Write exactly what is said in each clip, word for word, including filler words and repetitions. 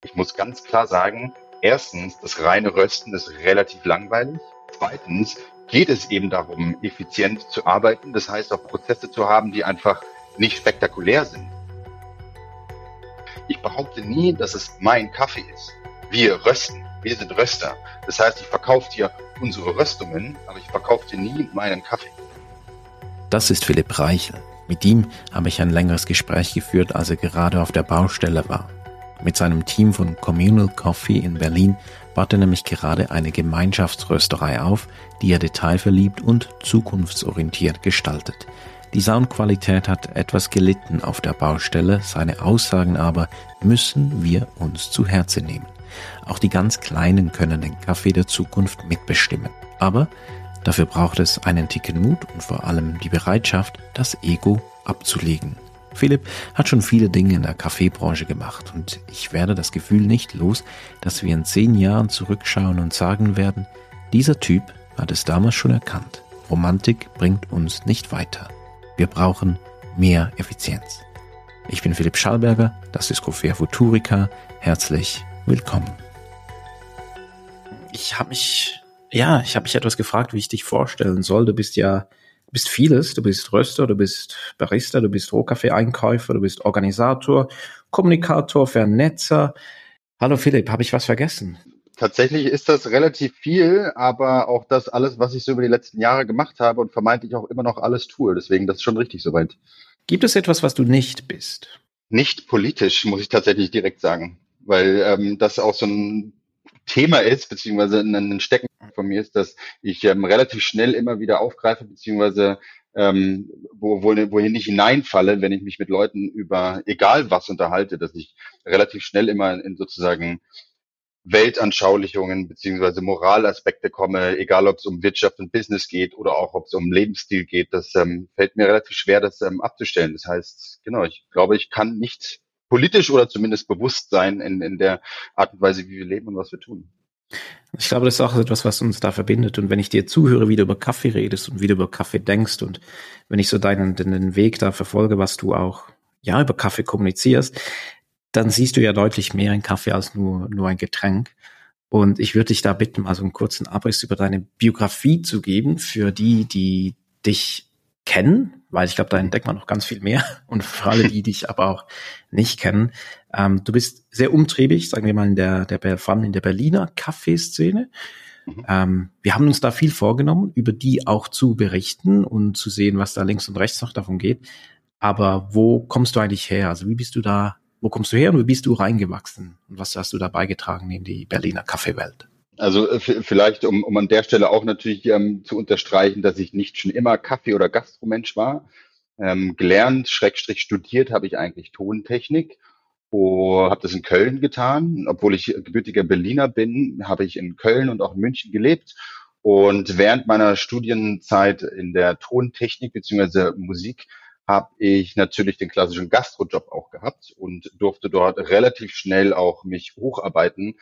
Ich muss ganz klar sagen, erstens, das reine Rösten ist relativ langweilig. Zweitens geht es eben darum, effizient zu arbeiten. Das heißt, auch Prozesse zu haben, die einfach nicht spektakulär sind. Ich behaupte nie, dass es mein Kaffee ist. Wir rösten. Wir sind Röster. Das heißt, ich verkaufe dir unsere Röstungen, aber ich verkaufe dir nie meinen Kaffee. Das ist Philipp Reichel. Mit ihm habe ich ein längeres Gespräch geführt, als er gerade auf der Baustelle war. Mit seinem Team von Communal Coffee in Berlin baut er nämlich gerade eine Gemeinschaftsrösterei auf, die er detailverliebt und zukunftsorientiert gestaltet. Die Soundqualität hat etwas gelitten auf der Baustelle, seine Aussagen aber müssen wir uns zu Herzen nehmen. Auch die ganz Kleinen können den Kaffee der Zukunft mitbestimmen. Aber dafür braucht es einen Ticken Mut und vor allem die Bereitschaft, das Ego abzulegen. Philipp hat schon viele Dinge in der Kaffeebranche gemacht und ich werde das Gefühl nicht los, dass wir in zehn Jahren zurückschauen und sagen werden, dieser Typ hat es damals schon erkannt. Romantik bringt uns nicht weiter. Wir brauchen mehr Effizienz. Ich bin Philipp Schallberger, das ist Coffea Futurica. Herzlich willkommen. Ich habe mich, ja, ich habe mich etwas gefragt, wie ich dich vorstellen soll. Du bist ja Du bist vieles, du bist Röster, du bist Barista, du bist Rohkaffee-Einkäufer, du bist Organisator, Kommunikator, Vernetzer. Hallo Philipp, habe ich was vergessen? Tatsächlich ist das relativ viel, aber auch das alles, was ich so über die letzten Jahre gemacht habe und vermeintlich auch immer noch alles tue. Deswegen, das ist schon richtig soweit. Gibt es etwas, was du nicht bist? Nicht politisch, muss ich tatsächlich direkt sagen, weil ähm, das auch so ein Thema ist, beziehungsweise ein, ein Steckenpferd von mir ist, dass ich ähm, relativ schnell immer wieder aufgreife, beziehungsweise ähm, wo, wo, wohin ich hineinfalle, wenn ich mich mit Leuten über egal was unterhalte, dass ich relativ schnell immer in sozusagen Weltanschaulichungen beziehungsweise Moralaspekte komme, egal ob es um Wirtschaft und Business geht oder auch ob es um Lebensstil geht, das ähm, fällt mir relativ schwer, das ähm, abzustellen. Das heißt, genau, ich glaube, ich kann nicht politisch oder zumindest bewusst sein in, in der Art und Weise, wie wir leben und was wir tun. Ich glaube, das ist auch etwas, was uns da verbindet. Und wenn ich dir zuhöre, wie du über Kaffee redest und wie du über Kaffee denkst und wenn ich so deinen, deinen Weg da verfolge, was du auch ja über Kaffee kommunizierst, dann siehst du ja deutlich mehr in Kaffee als nur, nur ein Getränk. Und ich würde dich da bitten, mal so einen kurzen Abriss über deine Biografie zu geben für die, die dich kennen, weil ich glaube, da entdeckt man noch ganz viel mehr. Und für alle, die dich aber auch nicht kennen. Ähm, du bist sehr umtriebig, sagen wir mal, in der, der, vor allem in der Berliner Kaffeeszene. Mhm. Ähm, wir haben uns da viel vorgenommen, über die auch zu berichten und zu sehen, was da links und rechts noch davon geht. Aber wo kommst du eigentlich her? Also wie bist du da Wo kommst du her und wie bist du reingewachsen? Und was hast du da beigetragen in die Berliner Kaffeewelt? Also äh, v- vielleicht, um, um an der Stelle auch natürlich ähm, zu unterstreichen, dass ich nicht schon immer Kaffee- oder Gastromensch war. Ähm, gelernt, Schrägstrich studiert habe ich eigentlich Tontechnik und habe das in Köln getan. Obwohl ich gebürtiger Berliner bin, habe ich in Köln und auch in München gelebt. Und während meiner Studienzeit in der Tontechnik beziehungsweise Musik habe ich natürlich den klassischen Gastrojob auch gehabt und durfte dort relativ schnell auch mich hocharbeiten,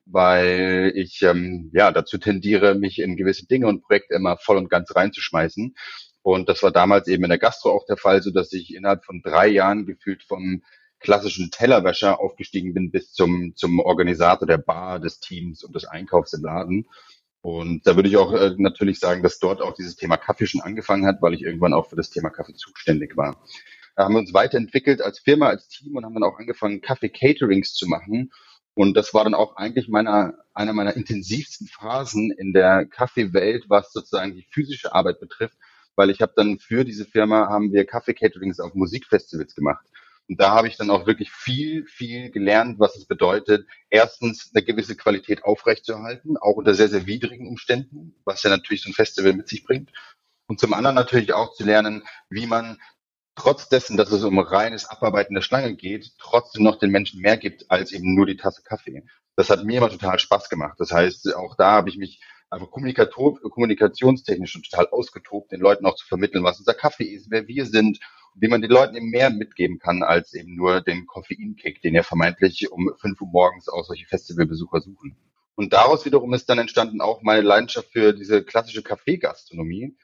weil ich ähm, ja dazu tendiere, mich in gewisse Dinge und Projekte immer voll und ganz reinzuschmeißen. Und das war damals eben in der Gastro auch der Fall, so dass ich innerhalb von drei Jahren gefühlt vom klassischen Tellerwäscher aufgestiegen bin bis zum zum Organisator der Bar, des Teams und des Einkaufs im Laden. Und da würde ich auch äh, natürlich sagen, dass dort auch dieses Thema Kaffee schon angefangen hat, weil ich irgendwann auch für das Thema Kaffee zuständig war. Da haben wir uns weiterentwickelt als Firma, als Team und haben dann auch angefangen, Kaffee-Caterings zu machen. Und das war dann auch eigentlich meiner, einer meiner intensivsten Phasen in der Kaffeewelt, was sozusagen die physische Arbeit betrifft, weil ich habe dann für diese Firma haben wir Kaffee-Caterings auf Musikfestivals gemacht. Und da habe ich dann auch wirklich viel, viel gelernt, was es bedeutet, erstens eine gewisse Qualität aufrechtzuerhalten, auch unter sehr, sehr widrigen Umständen, was ja natürlich so ein Festival mit sich bringt. Und zum anderen natürlich auch zu lernen, wie man trotz dessen, dass es um reines Abarbeiten der Schlange geht, trotzdem noch den Menschen mehr gibt als eben nur die Tasse Kaffee. Das hat mir immer total Spaß gemacht. Das heißt, auch da habe ich mich einfach kommunikator- kommunikationstechnisch schon total ausgetobt, den Leuten auch zu vermitteln, was unser Kaffee ist, wer wir sind, wie man den Leuten eben mehr mitgeben kann als eben nur den Koffeinkick, den ja vermeintlich um fünf Uhr morgens auch solche Festivalbesucher suchen. Und daraus wiederum ist dann entstanden auch meine Leidenschaft für diese klassische Kaffeegastronomie,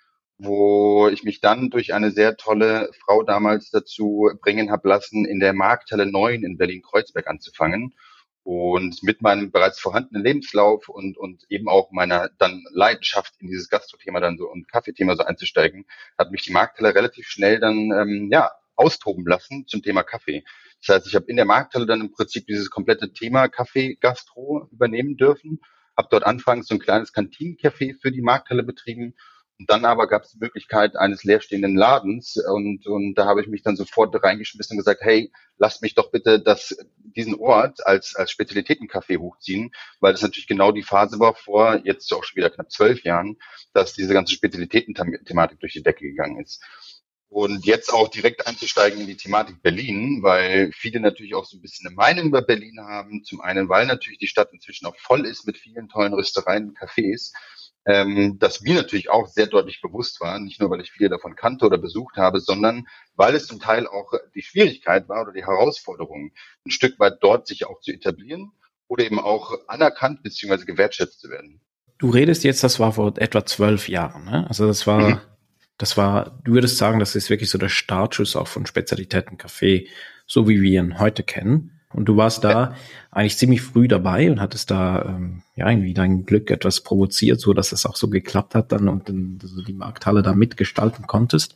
wo ich mich dann durch eine sehr tolle Frau damals dazu bringen habe lassen, in der Markthalle neun in Berlin-Kreuzberg anzufangen. Und mit meinem bereits vorhandenen Lebenslauf und, und eben auch meiner dann Leidenschaft in dieses Gastro-Thema dann so und Kaffeethema so einzusteigen, hat mich die Markthalle relativ schnell dann ähm, ja austoben lassen zum Thema Kaffee. Das heißt, ich habe in der Markthalle dann im Prinzip dieses komplette Thema Kaffee, Gastro übernehmen dürfen, habe dort anfangs so ein kleines Kantinencafé für die Markthalle betrieben. Und dann aber gab es die Möglichkeit eines leerstehenden Ladens und, und da habe ich mich dann sofort reingeschmissen und gesagt, hey, lasst mich doch bitte das, diesen Ort als, als Spezialitätencafé hochziehen, weil das natürlich genau die Phase war vor jetzt auch schon wieder knapp zwölf Jahren, dass diese ganze Spezialitäten-Thematik durch die Decke gegangen ist. Und jetzt auch direkt einzusteigen in die Thematik Berlin, weil viele natürlich auch so ein bisschen eine Meinung über Berlin haben. Zum einen, weil natürlich die Stadt inzwischen auch voll ist mit vielen tollen Röstereien und Cafés, ähm, das mir natürlich auch sehr deutlich bewusst war, nicht nur, weil ich viele davon kannte oder besucht habe, sondern weil es zum Teil auch die Schwierigkeit war oder die Herausforderung, ein Stück weit dort sich auch zu etablieren oder eben auch anerkannt bzw. gewertschätzt zu werden. Du redest jetzt, das war vor etwa zwölf Jahren, ne? Also das war, mhm. das war, du würdest sagen, das ist wirklich so der Startschuss auch von Spezialitätencafé, so wie wir ihn heute kennen. Und du warst da eigentlich ziemlich früh dabei und hattest da ähm, ja irgendwie dein Glück etwas provoziert, so dass es auch so geklappt hat dann und dann also die Markthalle da mitgestalten konntest.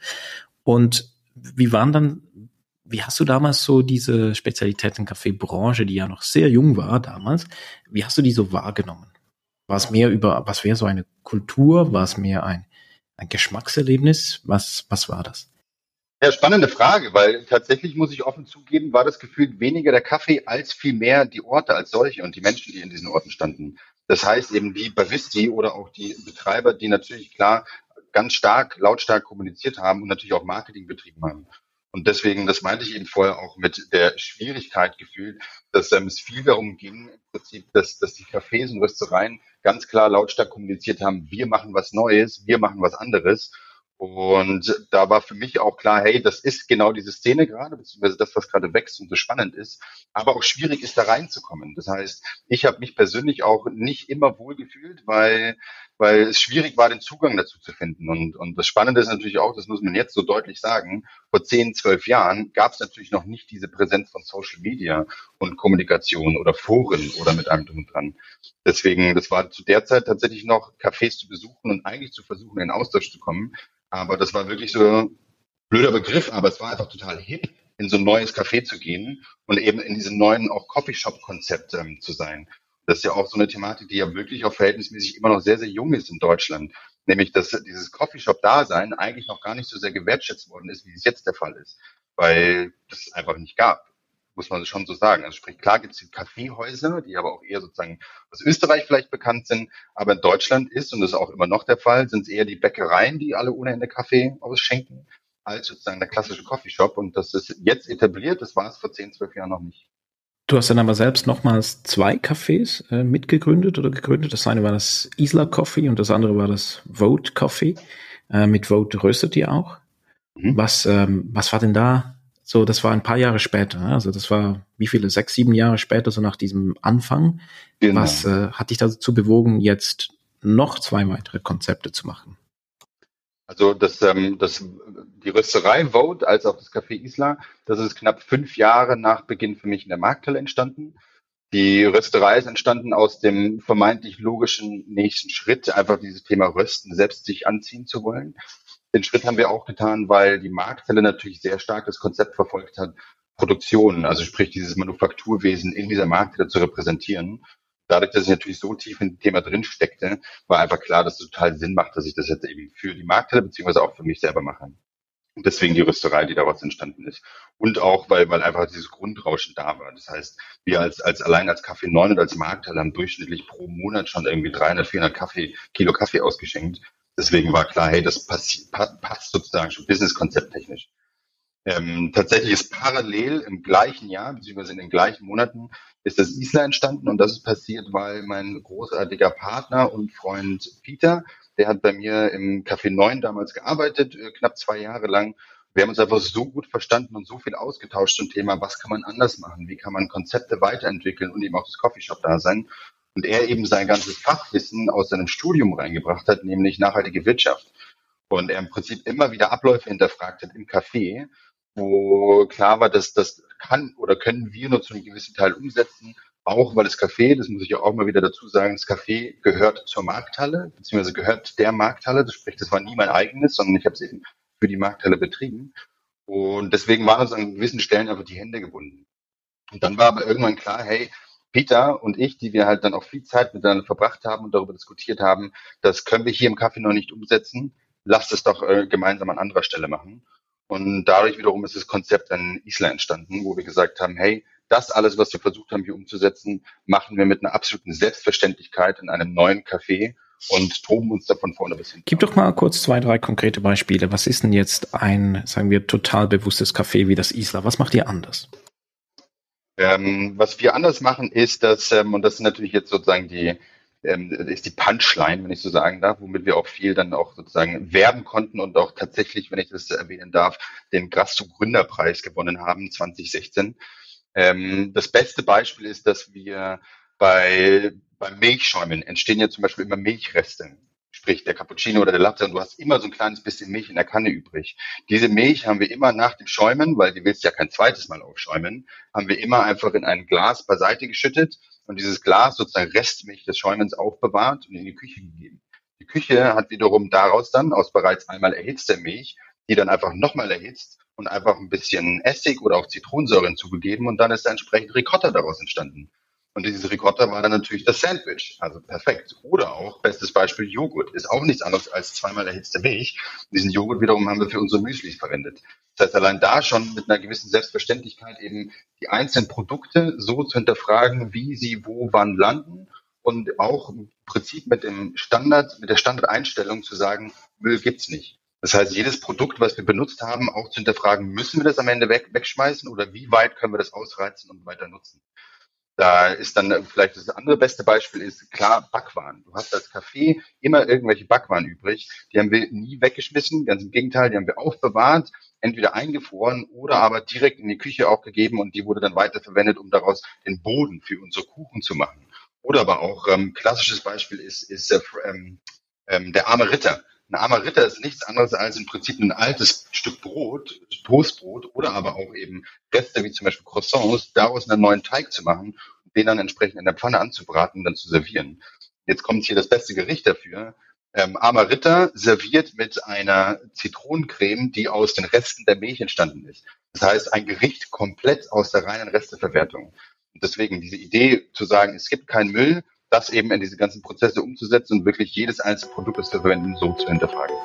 Und wie waren dann, wie hast du damals so diese Spezialitätencafé-Branche, die ja noch sehr jung war damals, wie hast du die so wahrgenommen? War es mehr über, was wäre so eine Kultur? War es mehr ein, ein Geschmackserlebnis? Was, was war das? Ja, spannende Frage, weil tatsächlich muss ich offen zugeben, war das Gefühl weniger der Kaffee als vielmehr die Orte als solche und die Menschen, die in diesen Orten standen. Das heißt eben die Baristi oder auch die Betreiber, die natürlich klar ganz stark, lautstark kommuniziert haben und natürlich auch Marketing betrieben haben. Und deswegen, das meinte ich eben vorher auch mit der Schwierigkeit gefühlt, dass ähm, es viel darum ging, im Prinzip, dass, dass die Cafés und Röstereien ganz klar lautstark kommuniziert haben, wir machen was Neues, wir machen was anderes. Und da war für mich auch klar, hey, das ist genau diese Szene gerade, beziehungsweise das, was gerade wächst und so spannend ist, aber auch schwierig ist, da reinzukommen. Das heißt, ich habe mich persönlich auch nicht immer wohl gefühlt, weil, weil es schwierig war, den Zugang dazu zu finden. Und, und das Spannende ist natürlich auch, das muss man jetzt so deutlich sagen, vor zehn, zwölf Jahren gab es natürlich noch nicht diese Präsenz von Social Media und Kommunikation oder Foren oder mit einem drum und dran. Deswegen, das war zu der Zeit tatsächlich noch, Cafés zu besuchen und eigentlich zu versuchen, in Austausch zu kommen. Aber das war wirklich so ein blöder Begriff, aber es war einfach total hip, in so ein neues Café zu gehen und eben in diesem neuen auch Coffeeshop-Konzept ähm, zu sein. Das ist ja auch so eine Thematik, die ja wirklich auch verhältnismäßig immer noch sehr, sehr jung ist in Deutschland. Nämlich, dass dieses Coffeeshop-Dasein eigentlich noch gar nicht so sehr gewertschätzt worden ist, wie es jetzt der Fall ist. Weil es einfach nicht gab, muss man schon so sagen. Also sprich, klar gibt es Kaffeehäuser, die aber auch eher sozusagen aus Österreich vielleicht bekannt sind, aber in Deutschland ist, und das ist auch immer noch der Fall, sind es eher die Bäckereien, die alle ohne Ende Kaffee ausschenken, als sozusagen der klassische Coffeeshop. Und das ist jetzt etabliert, das war es vor zehn, zwölf Jahren noch nicht. Du hast dann aber selbst nochmals zwei Cafés äh, mitgegründet oder gegründet. Das eine war das Isla Coffee und das andere war das Vote Coffee. Äh, mit Vote röstet ihr auch. Mhm. Was, ähm, was war denn da? So, das war ein paar Jahre später. Ne? Also das war wie viele? Sechs, sieben Jahre später, so nach diesem Anfang. Genau. Was äh, hat dich dazu bewogen, jetzt noch zwei weitere Konzepte zu machen? Also das, ähm, das, die Rösterei Vote als auch das Café Isla, das ist knapp fünf Jahre nach Beginn für mich in der Markthalle entstanden. Die Rösterei ist entstanden aus dem vermeintlich logischen nächsten Schritt, einfach dieses Thema Rösten selbst sich anziehen zu wollen. Den Schritt haben wir auch getan, weil die Markthalle natürlich sehr stark das Konzept verfolgt hat, Produktion, also sprich dieses Manufakturwesen in dieser Markthalle zu repräsentieren. Dadurch, dass ich natürlich so tief in dem Thema drin steckte, war einfach klar, dass es total Sinn macht, dass ich das jetzt eben für die Markthalle beziehungsweise auch für mich selber mache. Und deswegen die Rösterei, die daraus entstanden ist. Und auch, weil, weil einfach dieses Grundrauschen da war. Das heißt, wir als, als allein als Kaffee neun und als Markthalle haben durchschnittlich pro Monat schon irgendwie dreihundert, vierhundert Kaffee, Kilo Kaffee ausgeschenkt. Deswegen war klar, hey, das passt, passt sozusagen schon business-konzepttechnisch. Ähm, tatsächlich ist parallel im gleichen Jahr, beziehungsweise in den gleichen Monaten, ist das Isla entstanden. Und das ist passiert, weil mein großartiger Partner und Freund Peter, der hat bei mir im Café neun damals gearbeitet, knapp zwei Jahre lang. Wir haben uns einfach so gut verstanden und so viel ausgetauscht zum Thema, was kann man anders machen, wie kann man Konzepte weiterentwickeln und eben auch das Coffeeshop-Dasein. Und er eben sein ganzes Fachwissen aus seinem Studium reingebracht hat, nämlich nachhaltige Wirtschaft. Und er im Prinzip immer wieder Abläufe hinterfragt hat im Café, wo klar war, dass das kann oder können wir nur zu einem gewissen Teil umsetzen, Auch weil das Café, das muss ich ja auch mal wieder dazu sagen, das Café gehört zur Markthalle, beziehungsweise gehört der Markthalle. Das sprich, das war nie mein eigenes, sondern ich habe es eben für die Markthalle betrieben. Und deswegen waren uns an gewissen Stellen einfach die Hände gebunden. Und dann war aber irgendwann klar, hey, Peter und ich, die wir halt dann auch viel Zeit miteinander verbracht haben und darüber diskutiert haben, das können wir hier im Café noch nicht umsetzen. Lasst es doch äh, gemeinsam an anderer Stelle machen. Und dadurch wiederum ist das Konzept an Isla entstanden, wo wir gesagt haben, hey, das alles, was wir versucht haben, hier umzusetzen, machen wir mit einer absoluten Selbstverständlichkeit in einem neuen Café und toben uns da von vorne bis hinten. Gib doch mal kurz zwei, drei konkrete Beispiele. Was ist denn jetzt ein, sagen wir, total bewusstes Café wie das Isla? Was macht ihr anders? Ähm, was wir anders machen, ist, dass, ähm, und das ist natürlich jetzt sozusagen die, ähm, ist die Punchline, wenn ich so sagen darf, womit wir auch viel dann auch sozusagen werben konnten und auch tatsächlich, wenn ich das erwähnen darf, den Grasso Gründerpreis gewonnen haben zwanzig sechzehn. Ähm, das beste Beispiel ist, dass wir bei, beim Milchschäumen entstehen ja zum Beispiel immer Milchreste. Sprich, der Cappuccino oder der Latte, und du hast immer so ein kleines bisschen Milch in der Kanne übrig. Diese Milch haben wir immer nach dem Schäumen, weil du willst ja kein zweites Mal aufschäumen, haben wir immer einfach in ein Glas beiseite geschüttet und dieses Glas sozusagen Restmilch des Schäumens aufbewahrt und in die Küche gegeben. Die Küche hat wiederum daraus dann aus bereits einmal erhitzter Milch, die dann einfach nochmal erhitzt und einfach ein bisschen Essig oder auch Zitronensäure hinzugegeben und dann ist entsprechend Ricotta daraus entstanden. Und dieses Ricotta war dann natürlich das Sandwich, also perfekt. Oder auch, bestes Beispiel, Joghurt, ist auch nichts anderes als zweimal erhitzte Milch. Und diesen Joghurt wiederum haben wir für unsere Müslis verwendet. Das heißt, allein da schon mit einer gewissen Selbstverständlichkeit eben die einzelnen Produkte so zu hinterfragen, wie sie wo wann landen und auch im Prinzip mit dem Standard, mit der Standardeinstellung zu sagen, Müll gibt's nicht. Das heißt, jedes Produkt, was wir benutzt haben, auch zu hinterfragen, müssen wir das am Ende weg, wegschmeißen oder wie weit können wir das ausreizen und weiter nutzen? Da ist dann vielleicht das andere beste Beispiel ist, klar, Backwaren. Du hast als Café immer irgendwelche Backwaren übrig. Die haben wir nie weggeschmissen, ganz im Gegenteil, die haben wir aufbewahrt, entweder eingefroren oder aber direkt in die Küche auch gegeben und die wurde dann weiterverwendet, um daraus den Boden für unsere Kuchen zu machen. Oder aber auch, ähm, klassisches Beispiel ist, ist äh, ähm, ähm, der arme Ritter. Ein armer Ritter ist nichts anderes als im Prinzip ein altes Stück Brot, Toastbrot oder aber auch eben Reste wie zum Beispiel Croissants, daraus einen neuen Teig zu machen und den dann entsprechend in der Pfanne anzubraten und dann zu servieren. Jetzt kommt hier das beste Gericht dafür. Ähm, armer Ritter serviert mit einer Zitronencreme, die aus den Resten der Milch entstanden ist. Das heißt, ein Gericht komplett aus der reinen Resteverwertung. Und deswegen diese Idee zu sagen, es gibt keinen Müll, das eben in diese ganzen Prozesse umzusetzen und wirklich jedes einzelne Produkt, das wir verwenden, so zu hinterfragen.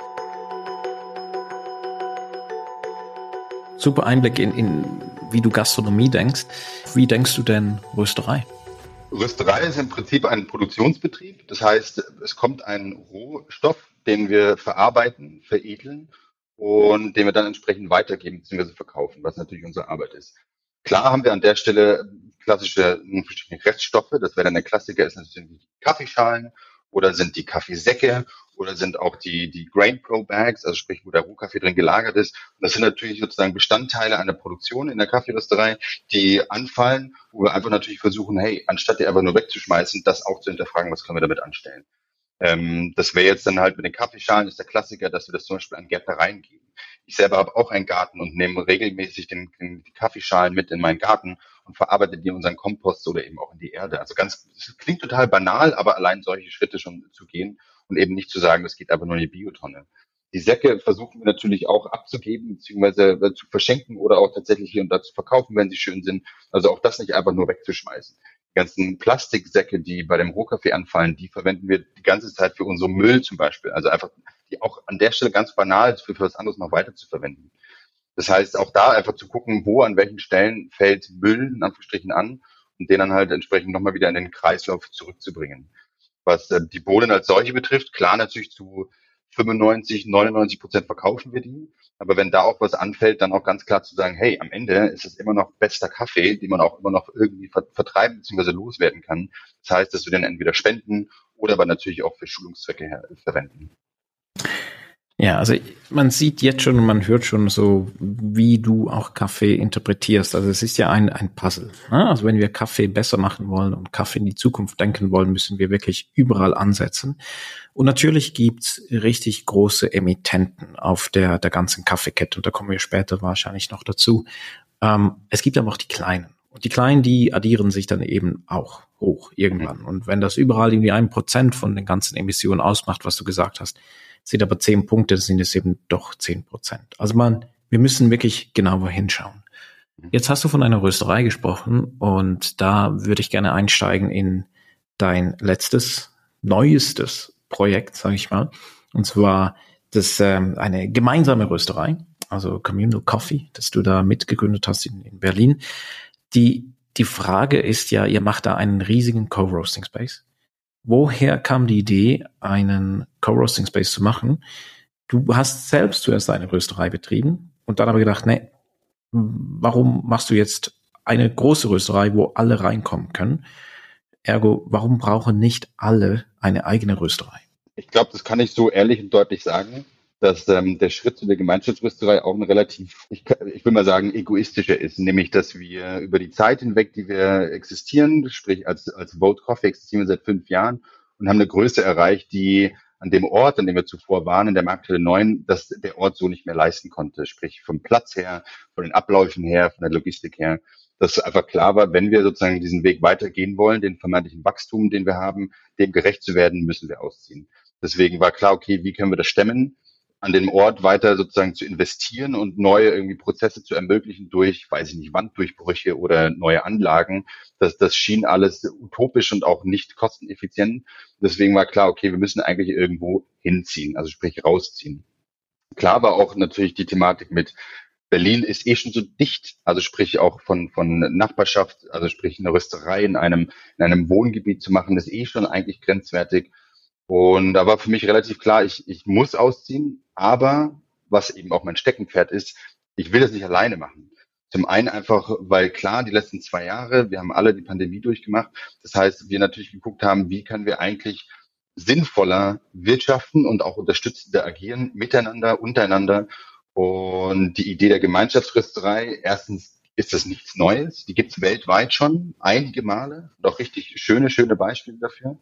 Super Einblick in, in wie du Gastronomie denkst. Wie denkst du denn Rösterei? Rösterei ist im Prinzip ein Produktionsbetrieb. Das heißt, es kommt ein Rohstoff, den wir verarbeiten, veredeln und den wir dann entsprechend weitergeben bzw. verkaufen, was natürlich unsere Arbeit ist. Klar haben wir an der Stelle klassische Reststoffe. Das wäre dann der Klassiker, ist natürlich die Kaffeeschalen oder sind die Kaffeesäcke oder sind auch die, die Grain Pro Bags, also sprich, wo der Rohkaffee drin gelagert ist. Und das sind natürlich sozusagen Bestandteile einer Produktion in der Kaffeerösterei, die anfallen, wo wir einfach natürlich versuchen, hey, anstatt die einfach nur wegzuschmeißen, das auch zu hinterfragen, was können wir damit anstellen. Ähm, das wäre jetzt dann halt mit den Kaffeeschalen, ist der Klassiker, dass wir das zum Beispiel an Gärtnereien geben. Ich selber habe auch einen Garten und nehme regelmäßig den, den, die Kaffeeschalen mit in meinen Garten und verarbeite die in unseren Kompost oder eben auch in die Erde. Also ganz, das klingt total banal, aber allein solche Schritte schon zu gehen und eben nicht zu sagen, das geht einfach nur in die Biotonne. Die Säcke versuchen wir natürlich auch abzugeben, beziehungsweise zu verschenken oder auch tatsächlich hier und da zu verkaufen, wenn sie schön sind. Also auch das nicht einfach nur wegzuschmeißen. Die ganzen Plastiksäcke, die bei dem Rohkaffee anfallen, die verwenden wir die ganze Zeit für unseren Müll zum Beispiel. Also einfach die auch an der Stelle ganz banal für, für was anderes noch weiter zu verwenden. Das heißt, auch da einfach zu gucken, wo, an welchen Stellen fällt Müll in Anführungsstrichen an und den dann halt entsprechend nochmal wieder in den Kreislauf zurückzubringen. Was äh, die Bohnen als solche betrifft, klar natürlich zu fünfundneunzig, neunundneunzig Prozent verkaufen wir die. Aber wenn da auch was anfällt, dann auch ganz klar zu sagen, hey, am Ende ist es immer noch bester Kaffee, den man auch immer noch irgendwie vertreiben bzw. loswerden kann. Das heißt, dass wir den entweder spenden oder aber natürlich auch für Schulungszwecke her- verwenden. Ja, also man sieht jetzt schon und man hört schon so, wie du auch Kaffee interpretierst. Also es ist ja ein ein Puzzle. Ne? Also wenn wir Kaffee besser machen wollen und Kaffee in die Zukunft denken wollen, müssen wir wirklich überall ansetzen. Und natürlich gibt's richtig große Emittenten auf der der ganzen Kaffeekette und da kommen wir später wahrscheinlich noch dazu. Ähm, es gibt aber auch die kleinen. Und die kleinen, die addieren sich dann eben auch hoch irgendwann. Und wenn das überall irgendwie ein Prozent von den ganzen Emissionen ausmacht, was du gesagt hast, sind aber zehn Punkte, sind es eben doch zehn Prozent. Also man, wir müssen wirklich genauer hinschauen. Jetzt hast du von einer Rösterei gesprochen und da würde ich gerne einsteigen in dein letztes, neuestes Projekt, sage ich mal. Und zwar das ähm, eine gemeinsame Rösterei, also Communal Coffee, das du da mitgegründet hast in, in Berlin. Die, die Frage ist ja, ihr macht da einen riesigen Co-Roasting Space. Woher kam die Idee, einen Co-Roasting Space zu machen? Du hast selbst zuerst eine Rösterei betrieben und dann aber gedacht, nee, warum machst du jetzt eine große Rösterei, wo alle reinkommen können? Ergo, warum brauchen nicht alle eine eigene Rösterei? Ich glaube, das kann ich so ehrlich und deutlich sagen, dass ähm, der Schritt zu der Gemeinschaftsrösterei auch ein relativ, ich, ich will mal sagen, egoistischer ist, nämlich, dass wir über die Zeit hinweg, die wir existieren, sprich als, als Vote Coffee existieren wir seit fünf Jahren und haben eine Größe erreicht, die an dem Ort, an dem wir zuvor waren, in der Markthalle neun, dass der Ort so nicht mehr leisten konnte, sprich vom Platz her, von den Abläufen her, von der Logistik her, dass einfach klar war, wenn wir sozusagen diesen Weg weitergehen wollen, den vermeintlichen Wachstum, den wir haben, dem gerecht zu werden, müssen wir ausziehen. Deswegen war klar, okay, wie können wir das stemmen, an dem Ort weiter sozusagen zu investieren und neue irgendwie Prozesse zu ermöglichen durch, weiß ich nicht, Wanddurchbrüche oder neue Anlagen. Das, das schien alles utopisch und auch nicht kosteneffizient. Deswegen war klar, okay, wir müssen eigentlich irgendwo hinziehen, also sprich rausziehen. Klar war auch natürlich die Thematik mit Berlin ist eh schon so dicht, also sprich auch von, von Nachbarschaft, also sprich eine Rösterei in einem, in einem Wohngebiet zu machen, ist eh schon eigentlich grenzwertig. Und da war für mich relativ klar, ich, ich muss ausziehen, aber was eben auch mein Steckenpferd ist, ich will das nicht alleine machen. Zum einen einfach, weil klar, die letzten zwei Jahre, wir haben alle die Pandemie durchgemacht. Das heißt, wir natürlich geguckt haben, wie können wir eigentlich sinnvoller wirtschaften und auch unterstützender agieren, miteinander, untereinander. Und die Idee der Gemeinschaftsrösterei, erstens ist das nichts Neues. Die gibt's weltweit schon einige Male und auch richtig schöne, schöne Beispiele dafür.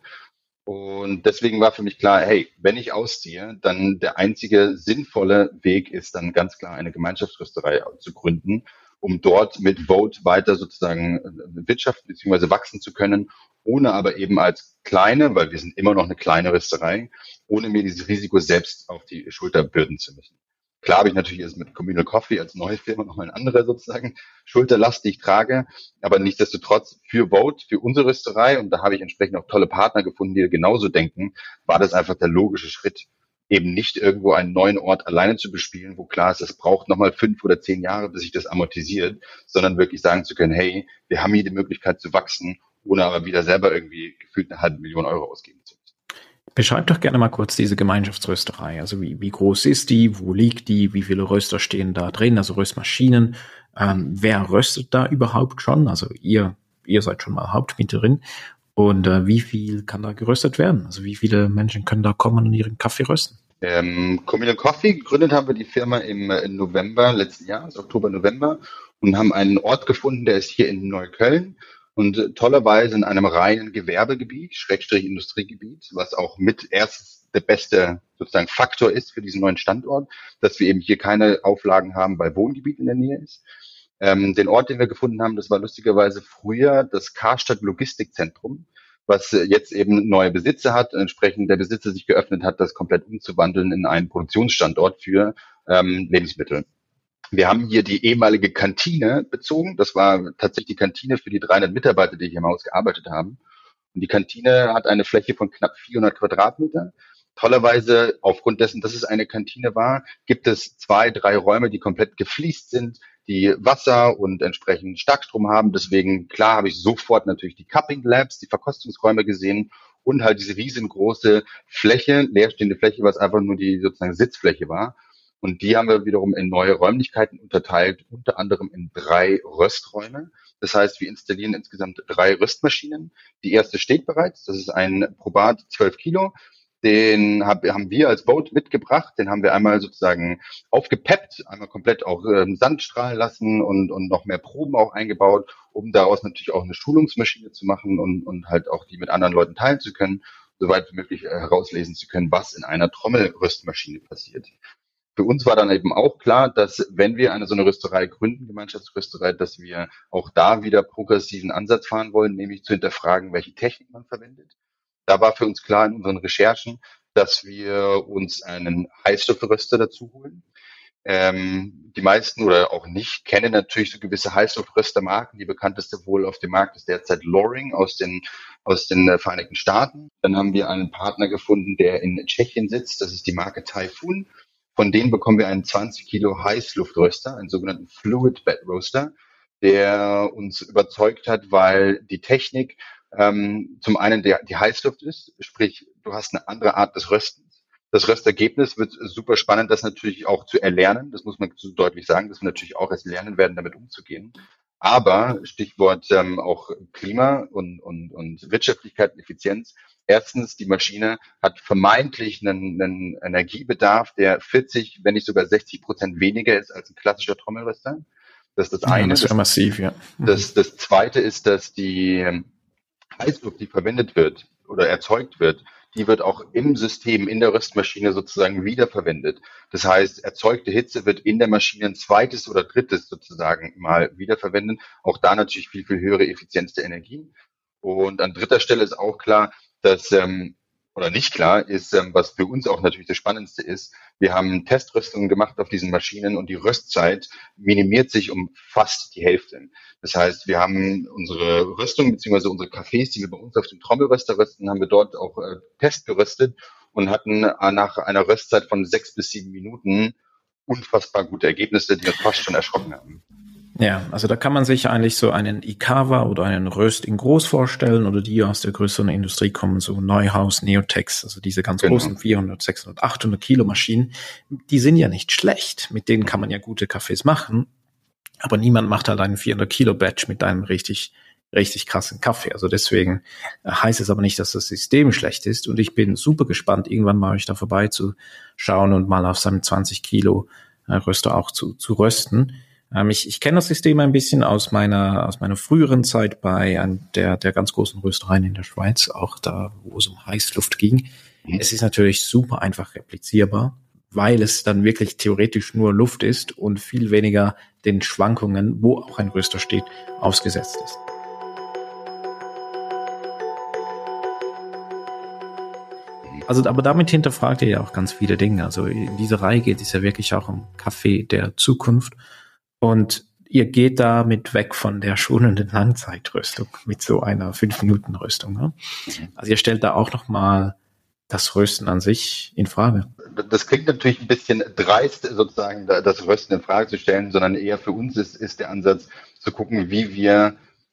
Und deswegen war für mich klar, hey, wenn ich ausziehe, dann der einzige sinnvolle Weg ist dann ganz klar eine Gemeinschaftsrösterei zu gründen, um dort mit Vote weiter sozusagen wirtschaften bzw. wachsen zu können, ohne aber eben als kleine, weil wir sind immer noch eine kleine Rösterei, ohne mir dieses Risiko selbst auf die Schulter bürden zu müssen. Klar habe ich natürlich jetzt mit Communal Coffee als neue Firma nochmal eine andere sozusagen Schulterlast, die ich trage, aber nichtsdestotrotz für Vote, für unsere Rösterei, und da habe ich entsprechend auch tolle Partner gefunden, die genauso denken, war das einfach der logische Schritt, eben nicht irgendwo einen neuen Ort alleine zu bespielen, wo klar ist, es braucht nochmal fünf oder zehn Jahre, bis sich das amortisiert, sondern wirklich sagen zu können, hey, wir haben hier die Möglichkeit zu wachsen, ohne aber wieder selber irgendwie gefühlt eine halbe Million Euro ausgeben zu müssen. Beschreib doch gerne mal kurz diese Gemeinschaftsrösterei. Also wie, wie groß ist die? Wo liegt die? Wie viele Röster stehen da drin? Also Röstmaschinen. Ähm, wer röstet da überhaupt schon? Also ihr, ihr seid schon mal Hauptmieterin. Und äh, wie viel kann da geröstet werden? Also wie viele Menschen können da kommen und ihren Kaffee rösten? Ähm, Communal Coffee, gegründet haben wir die Firma im, im November letzten Jahres, Oktober, November, und haben einen Ort gefunden, der ist hier in Neukölln. Und äh, tollerweise in einem reinen Gewerbegebiet, Schrägstrich Industriegebiet, was auch mit erstens der beste sozusagen Faktor ist für diesen neuen Standort, dass wir eben hier keine Auflagen haben, weil Wohngebiet in der Nähe ist. Ähm, den Ort, den wir gefunden haben, das war lustigerweise früher das Karstadt Logistikzentrum, was äh, jetzt eben neue Besitzer hat, entsprechend der Besitzer sich geöffnet hat, das komplett umzuwandeln in einen Produktionsstandort für ähm, Lebensmittel. Wir haben hier die ehemalige Kantine bezogen. Das war tatsächlich die Kantine für die dreihundert Mitarbeiter, die hier im Haus gearbeitet haben. Und die Kantine hat eine Fläche von knapp vierhundert Quadratmeter. Tollerweise, aufgrund dessen, dass es eine Kantine war, gibt es zwei, drei Räume, die komplett gefliest sind, die Wasser und entsprechend Starkstrom haben. Deswegen, klar, habe ich sofort natürlich die Cupping Labs, die Verkostungsräume gesehen und halt diese riesengroße Fläche, leerstehende Fläche, was einfach nur die sozusagen Sitzfläche war. Und die haben wir wiederum in neue Räumlichkeiten unterteilt, unter anderem in drei Rösträume. Das heißt, wir installieren insgesamt drei Röstmaschinen. Die erste steht bereits. Das ist ein Probat zwölf Kilo. Den haben wir als Boat mitgebracht. Den haben wir einmal sozusagen aufgepeppt, einmal komplett auch ähm, Sand strahlen lassen und, und noch mehr Proben auch eingebaut, um daraus natürlich auch eine Schulungsmaschine zu machen und, und halt auch die mit anderen Leuten teilen zu können, soweit wie möglich äh, herauslesen zu können, was in einer Trommelröstmaschine passiert. für uns war dann eben auch klar, dass wenn wir eine so eine Rösterei gründen, Gemeinschaftsrösterei, dass wir auch da wieder progressiven Ansatz fahren wollen, nämlich zu hinterfragen, welche Technik man verwendet. Da war für uns klar in unseren Recherchen, dass wir uns einen Heißluftverröster dazu holen. Ähm, die meisten oder auch nicht kennen natürlich so gewisse Heißluftfröstermarken. Die bekannteste wohl auf dem Markt ist derzeit Loring aus den aus den äh, Vereinigten Staaten. Dann haben wir einen Partner gefunden, der in Tschechien sitzt. Das ist die Marke Typhoon. Von denen bekommen wir einen zwanzig Kilo Heißluftröster, einen sogenannten Fluid Bed Roaster, der uns überzeugt hat, weil die Technik ähm, zum einen der, die Heißluft ist, sprich du hast eine andere Art des Röstens. Das Röstergebnis wird super spannend, das natürlich auch zu erlernen. Das muss man so deutlich sagen, dass wir natürlich auch erst lernen werden, damit umzugehen. Aber Stichwort ähm, auch Klima und, und, und Wirtschaftlichkeit und Effizienz. Erstens, die Maschine hat vermeintlich einen, einen Energiebedarf, der vierzig, wenn nicht sogar sechzig Prozent weniger ist als ein klassischer Trommelröster. Das ist das eine. Ja, das ist ja massiv, ja. Mhm. Das, das zweite ist, dass die Heißluft, die verwendet wird oder erzeugt wird, die wird auch im System, in der Röstmaschine sozusagen wiederverwendet. Das heißt, erzeugte Hitze wird in der Maschine ein zweites oder drittes sozusagen mal wiederverwendet. Auch da natürlich viel, viel höhere Effizienz der Energie. Und an dritter Stelle ist auch klar, dass, ähm, oder nicht klar ist, ähm, was für uns auch natürlich das Spannendste ist, wir haben Teströstungen gemacht auf diesen Maschinen und die Röstzeit minimiert sich um fast die Hälfte. Das heißt, wir haben unsere Röstung beziehungsweise unsere Kaffees, die wir bei uns auf dem Trommelröster rösten, haben wir dort auch äh, testgeröstet und hatten äh, nach einer Röstzeit von sechs bis sieben Minuten unfassbar gute Ergebnisse, die uns fast schon erschrocken haben. Ja, also da kann man sich eigentlich so einen Ikawa oder einen Röst in groß vorstellen oder die aus der größeren Industrie kommen, so Neuhaus, Neotex, also diese ganz genau. großen vierhundert, sechshundert, achthundert Kilo Maschinen, die sind ja nicht schlecht. Mit denen kann man ja gute Kaffees machen, aber niemand macht halt einen vierhundert Kilo Batch mit einem richtig, richtig krassen Kaffee. Also deswegen heißt es aber nicht, dass das System schlecht ist und ich bin super gespannt, irgendwann mal euch da vorbeizuschauen und mal auf seinem zwanzig Kilo Röster auch zu, zu rösten. Ähm, ich, ich kenne das System ein bisschen aus meiner aus meiner früheren Zeit bei einem der der ganz großen Röstereien in der Schweiz, auch da, wo es um Heißluft ging. Mhm. Es ist natürlich super einfach replizierbar, weil es dann wirklich theoretisch nur Luft ist und viel weniger den Schwankungen, wo auch ein Röster steht, ausgesetzt ist. Also, aber damit hinterfragt ihr ja auch ganz viele Dinge. Also in dieser Reihe geht es ja wirklich auch um Kaffee der Zukunft. Und ihr geht damit weg von der schonenden Langzeitröstung mit so einer fünf Minuten Röstung. Ne? Also ihr stellt da auch nochmal das Rösten an sich in Frage. Das klingt natürlich ein bisschen dreist, sozusagen das Rösten in Frage zu stellen, sondern eher für uns ist, ist der Ansatz zu gucken, wie wir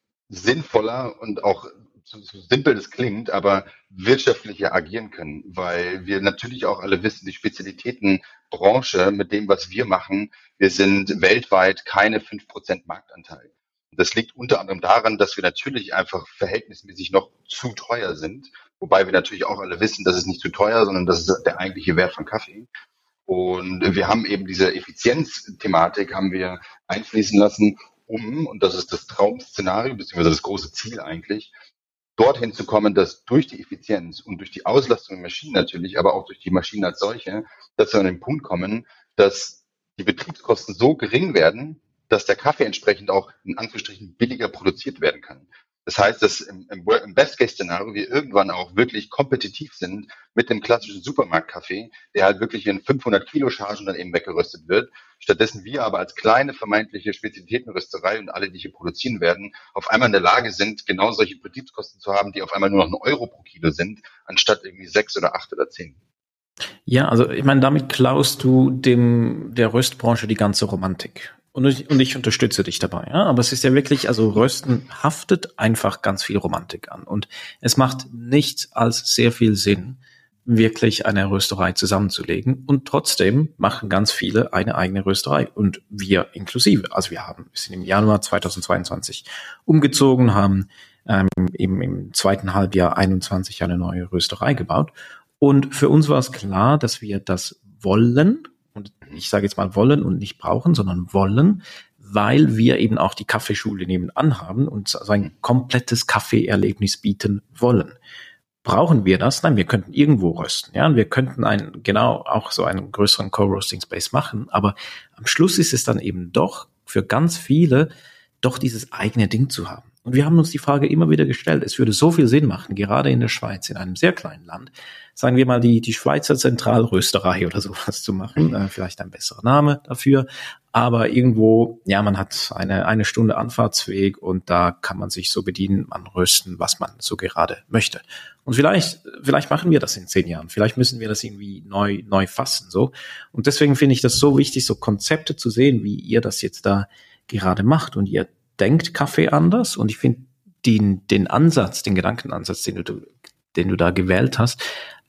sinnvoller und auch so, so simpel das klingt, aber wirtschaftlicher agieren können, weil wir natürlich auch alle wissen, die Spezialitätenbranche mit dem, was wir machen, wir sind weltweit keine fünf Prozent Marktanteil. Das liegt unter anderem daran, dass wir natürlich einfach verhältnismäßig noch zu teuer sind, wobei wir natürlich auch alle wissen, dass es nicht zu teuer, sondern das ist der eigentliche Wert von Kaffee. Und wir haben eben diese Effizienzthematik haben wir einfließen lassen, um, und das ist das Traum-Szenario, beziehungsweise das große Ziel eigentlich, dorthin zu kommen, dass durch die Effizienz und durch die Auslastung der Maschinen natürlich, aber auch durch die Maschinen als solche, dass wir an den Punkt kommen, dass die Betriebskosten so gering werden, dass der Kaffee entsprechend auch in Anführungsstrichen billiger produziert werden kann. Das heißt, dass im, im Best-Case-Szenario wir irgendwann auch wirklich kompetitiv sind mit dem klassischen Supermarktkaffee, der halt wirklich in fünfhundert Kilo Chargen dann eben weggeröstet wird. Stattdessen wir aber als kleine vermeintliche Spezialitätenrösterei und alle, die hier produzieren werden, auf einmal in der Lage sind, genau solche Betriebskosten zu haben, die auf einmal nur noch ein Euro pro Kilo sind, anstatt irgendwie sechs oder acht oder zehn. Ja, also ich meine, damit klaust du dem der Röstbranche die ganze Romantik. Und ich, und ich unterstütze dich dabei, ja. Aber es ist ja wirklich, also Rösten haftet einfach ganz viel Romantik an. Und es macht nicht als sehr viel Sinn, wirklich eine Rösterei zusammenzulegen. Und trotzdem machen ganz viele eine eigene Rösterei. Und wir inklusive. Also wir haben, wir sind im Januar zweitausendzweiundzwanzig umgezogen, haben ähm, eben im zweiten Halbjahr einundzwanzig eine neue Rösterei gebaut. Und für uns war es klar, dass wir das wollen. Und ich sage jetzt mal wollen und nicht brauchen, sondern wollen, weil wir eben auch die Kaffeeschule nebenan haben und so ein komplettes Kaffeeerlebnis bieten wollen. brauchen wir das? Nein, wir könnten irgendwo rösten, ja, und wir könnten einen, genau auch so einen größeren Co-Roasting Space machen, aber am Schluss ist es dann eben doch für ganz viele doch dieses eigene Ding zu haben. Und wir haben uns die Frage immer wieder gestellt, es würde so viel Sinn machen, gerade in der Schweiz, in einem sehr kleinen Land, sagen wir mal die, die Schweizer Zentralrösterei oder sowas zu machen, äh, vielleicht ein besserer Name dafür, aber irgendwo, ja, man hat eine, eine Stunde Anfahrtsweg und da kann man sich so bedienen, man rösten, was man so gerade möchte. Und vielleicht, vielleicht machen wir das in zehn Jahren, vielleicht müssen wir das irgendwie neu, neu fassen, so. Und deswegen finde ich das so wichtig, so Konzepte zu sehen, wie ihr das jetzt da gerade macht. Und ihr denkt Kaffee anders. Und ich finde den, den Ansatz, den Gedankenansatz, den du, den du da gewählt hast,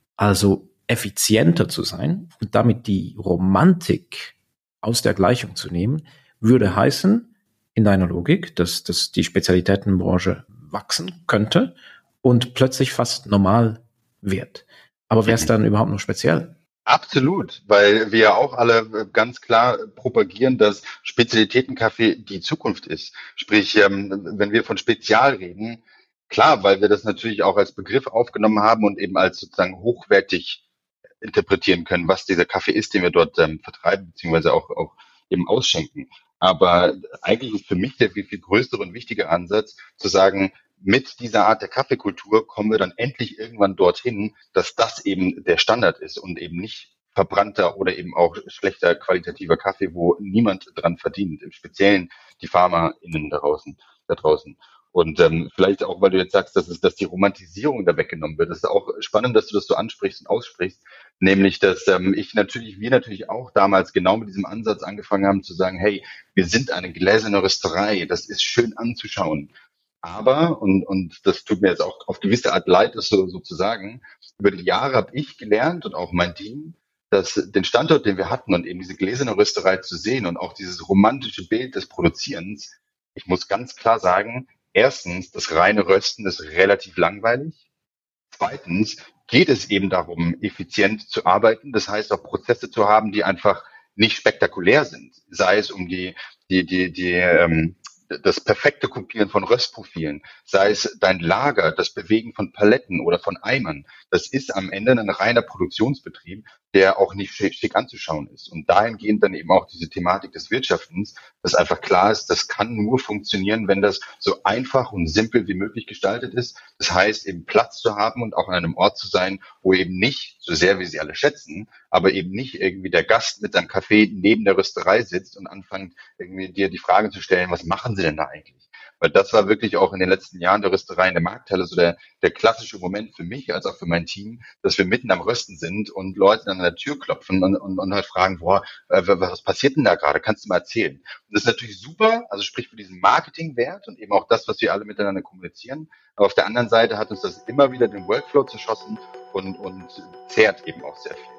also effizienter zu sein und damit die Romantik aus der Gleichung zu nehmen, würde heißen, in deiner Logik, dass, dass die Spezialitätenbranche wachsen könnte und plötzlich fast normal wird. Aber wäre es dann überhaupt noch speziell? Absolut, weil wir ja auch alle ganz klar propagieren, dass Spezialitätenkaffee die Zukunft ist. Sprich, ähm, wenn wir von Spezial reden, klar, weil wir das natürlich auch als Begriff aufgenommen haben und eben als sozusagen hochwertig interpretieren können, was dieser Kaffee ist, den wir dort ähm, vertreiben, beziehungsweise auch, auch eben ausschenken. Aber eigentlich ist für mich der viel, viel größere und wichtige Ansatz zu sagen, mit dieser Art der Kaffeekultur kommen wir dann endlich irgendwann dorthin, dass das eben der Standard ist und eben nicht verbrannter oder eben auch schlechter qualitativer Kaffee, wo niemand dran verdient, im Speziellen die PharmaInnen da draußen. Da draußen. Und ähm, vielleicht auch, weil du jetzt sagst, dass, es, dass die Romantisierung da weggenommen wird. Das ist auch spannend, dass du das so ansprichst und aussprichst. Nämlich, dass ähm, ich natürlich, wir natürlich auch damals genau mit diesem Ansatz angefangen haben zu sagen, hey, wir sind eine gläserne Rösterei, das ist schön anzuschauen. Aber, und, und das tut mir jetzt auch auf gewisse Art leid, das so, so zu sagen, über die Jahre habe ich gelernt und auch mein Team, dass den Standort, den wir hatten und eben diese gläserne Rösterei zu sehen und auch dieses romantische Bild des Produzierens, ich muss ganz klar sagen, erstens, das reine Rösten ist relativ langweilig. Zweitens geht es eben darum, effizient zu arbeiten. Das heißt auch Prozesse zu haben, die einfach nicht spektakulär sind. Sei es um die, die, die, die, ähm, das perfekte Kopieren von Röstprofilen, sei es dein Lager, das Bewegen von Paletten oder von Eimern. Das ist am Ende ein reiner Produktionsbetrieb, der auch nicht schick, schick anzuschauen ist. Und dahingehend dann eben auch diese Thematik des Wirtschaftens, dass einfach klar ist, das kann nur funktionieren, wenn das so einfach und simpel wie möglich gestaltet ist. Das heißt, eben Platz zu haben und auch an einem Ort zu sein, wo eben nicht, so sehr wir sie alle schätzen, aber eben nicht irgendwie der Gast mit seinem Kaffee neben der Rösterei sitzt und anfängt, irgendwie dir die Frage zu stellen, was machen Sie denn da eigentlich? Weil das war wirklich auch in den letzten Jahren der Rösterei in der Markthalle so der, der klassische Moment für mich als auch für mein Team, dass wir mitten am Rösten sind und Leute an der Tür klopfen und, und, und halt fragen, boah, äh, was passiert denn da gerade? Kannst du mal erzählen? Und das ist natürlich super, also sprich für diesen Marketingwert und eben auch das, was wir alle miteinander kommunizieren. Aber auf der anderen Seite hat uns das immer wieder den Workflow zerschossen und, und zehrt eben auch sehr viel.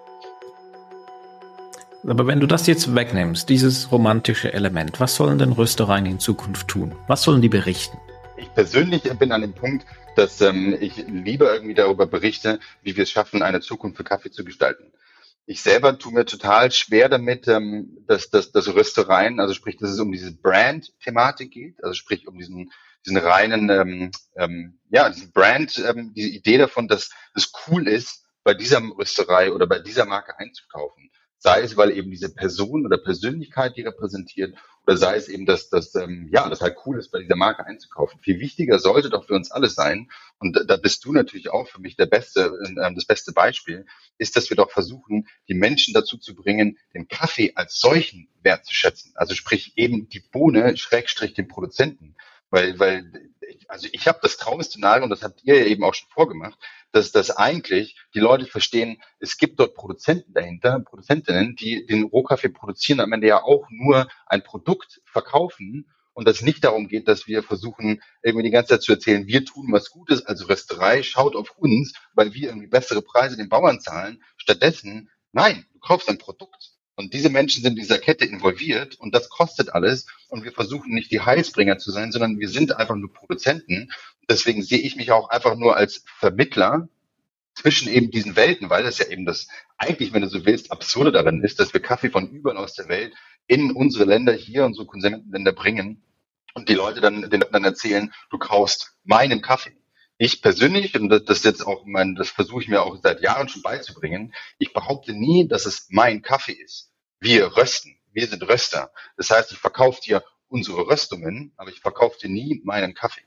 Aber wenn du das jetzt wegnimmst, dieses romantische Element, was sollen denn Röstereien in Zukunft tun? Was sollen die berichten? Ich persönlich bin an dem Punkt, dass ähm, ich lieber irgendwie darüber berichte, wie wir es schaffen, eine Zukunft für Kaffee zu gestalten. Ich selber tue mir total schwer damit, ähm, dass, dass, dass Röstereien, also sprich, dass es um diese Brand-Thematik geht, also sprich um diesen diesen reinen, ähm, ähm, ja, diesen Brand, ähm, diese Idee davon, dass es cool ist, bei dieser Rösterei oder bei dieser Marke einzukaufen. Sei es, weil eben diese Person oder Persönlichkeit die repräsentiert, oder sei es eben, dass das ähm, ja, das halt cool ist, bei dieser Marke einzukaufen. Viel wichtiger sollte doch für uns alle sein, und da, da bist du natürlich auch für mich der beste, äh, das beste Beispiel, ist, dass wir doch versuchen, die Menschen dazu zu bringen, den Kaffee als solchen wertzuschätzen. Also sprich eben die Bohne, Schrägstrich den Produzenten. Weil, weil, also ich habe das Traum-Szenario, und das habt ihr ja eben auch schon vorgemacht, dass das eigentlich die Leute verstehen, es gibt dort Produzenten dahinter, Produzentinnen, die den Rohkaffee produzieren, am Ende ja auch nur ein Produkt verkaufen, und das nicht darum geht, dass wir versuchen, irgendwie die ganze Zeit zu erzählen, wir tun was Gutes als Rösterei, schaut auf uns, weil wir irgendwie bessere Preise den Bauern zahlen. Stattdessen, nein, du kaufst ein Produkt. Und diese Menschen sind in dieser Kette involviert, und das kostet alles. Und wir versuchen nicht die Heilsbringer zu sein, sondern wir sind einfach nur Produzenten. Deswegen sehe ich mich auch einfach nur als Vermittler zwischen eben diesen Welten, weil das ja eben das eigentlich, wenn du so willst, Absurde darin ist, dass wir Kaffee von überall aus der Welt in unsere Länder hier, unsere Konsumentenländer bringen und die Leute dann, den dann erzählen, du kaufst meinen Kaffee. Ich persönlich, und das das ist jetzt auch mein, das versuche ich mir auch seit Jahren schon beizubringen, ich behaupte nie, dass es mein Kaffee ist. Wir rösten. Wir sind Röster. Das heißt, ich verkaufe dir unsere Röstungen, aber ich verkaufe dir nie meinen Kaffee.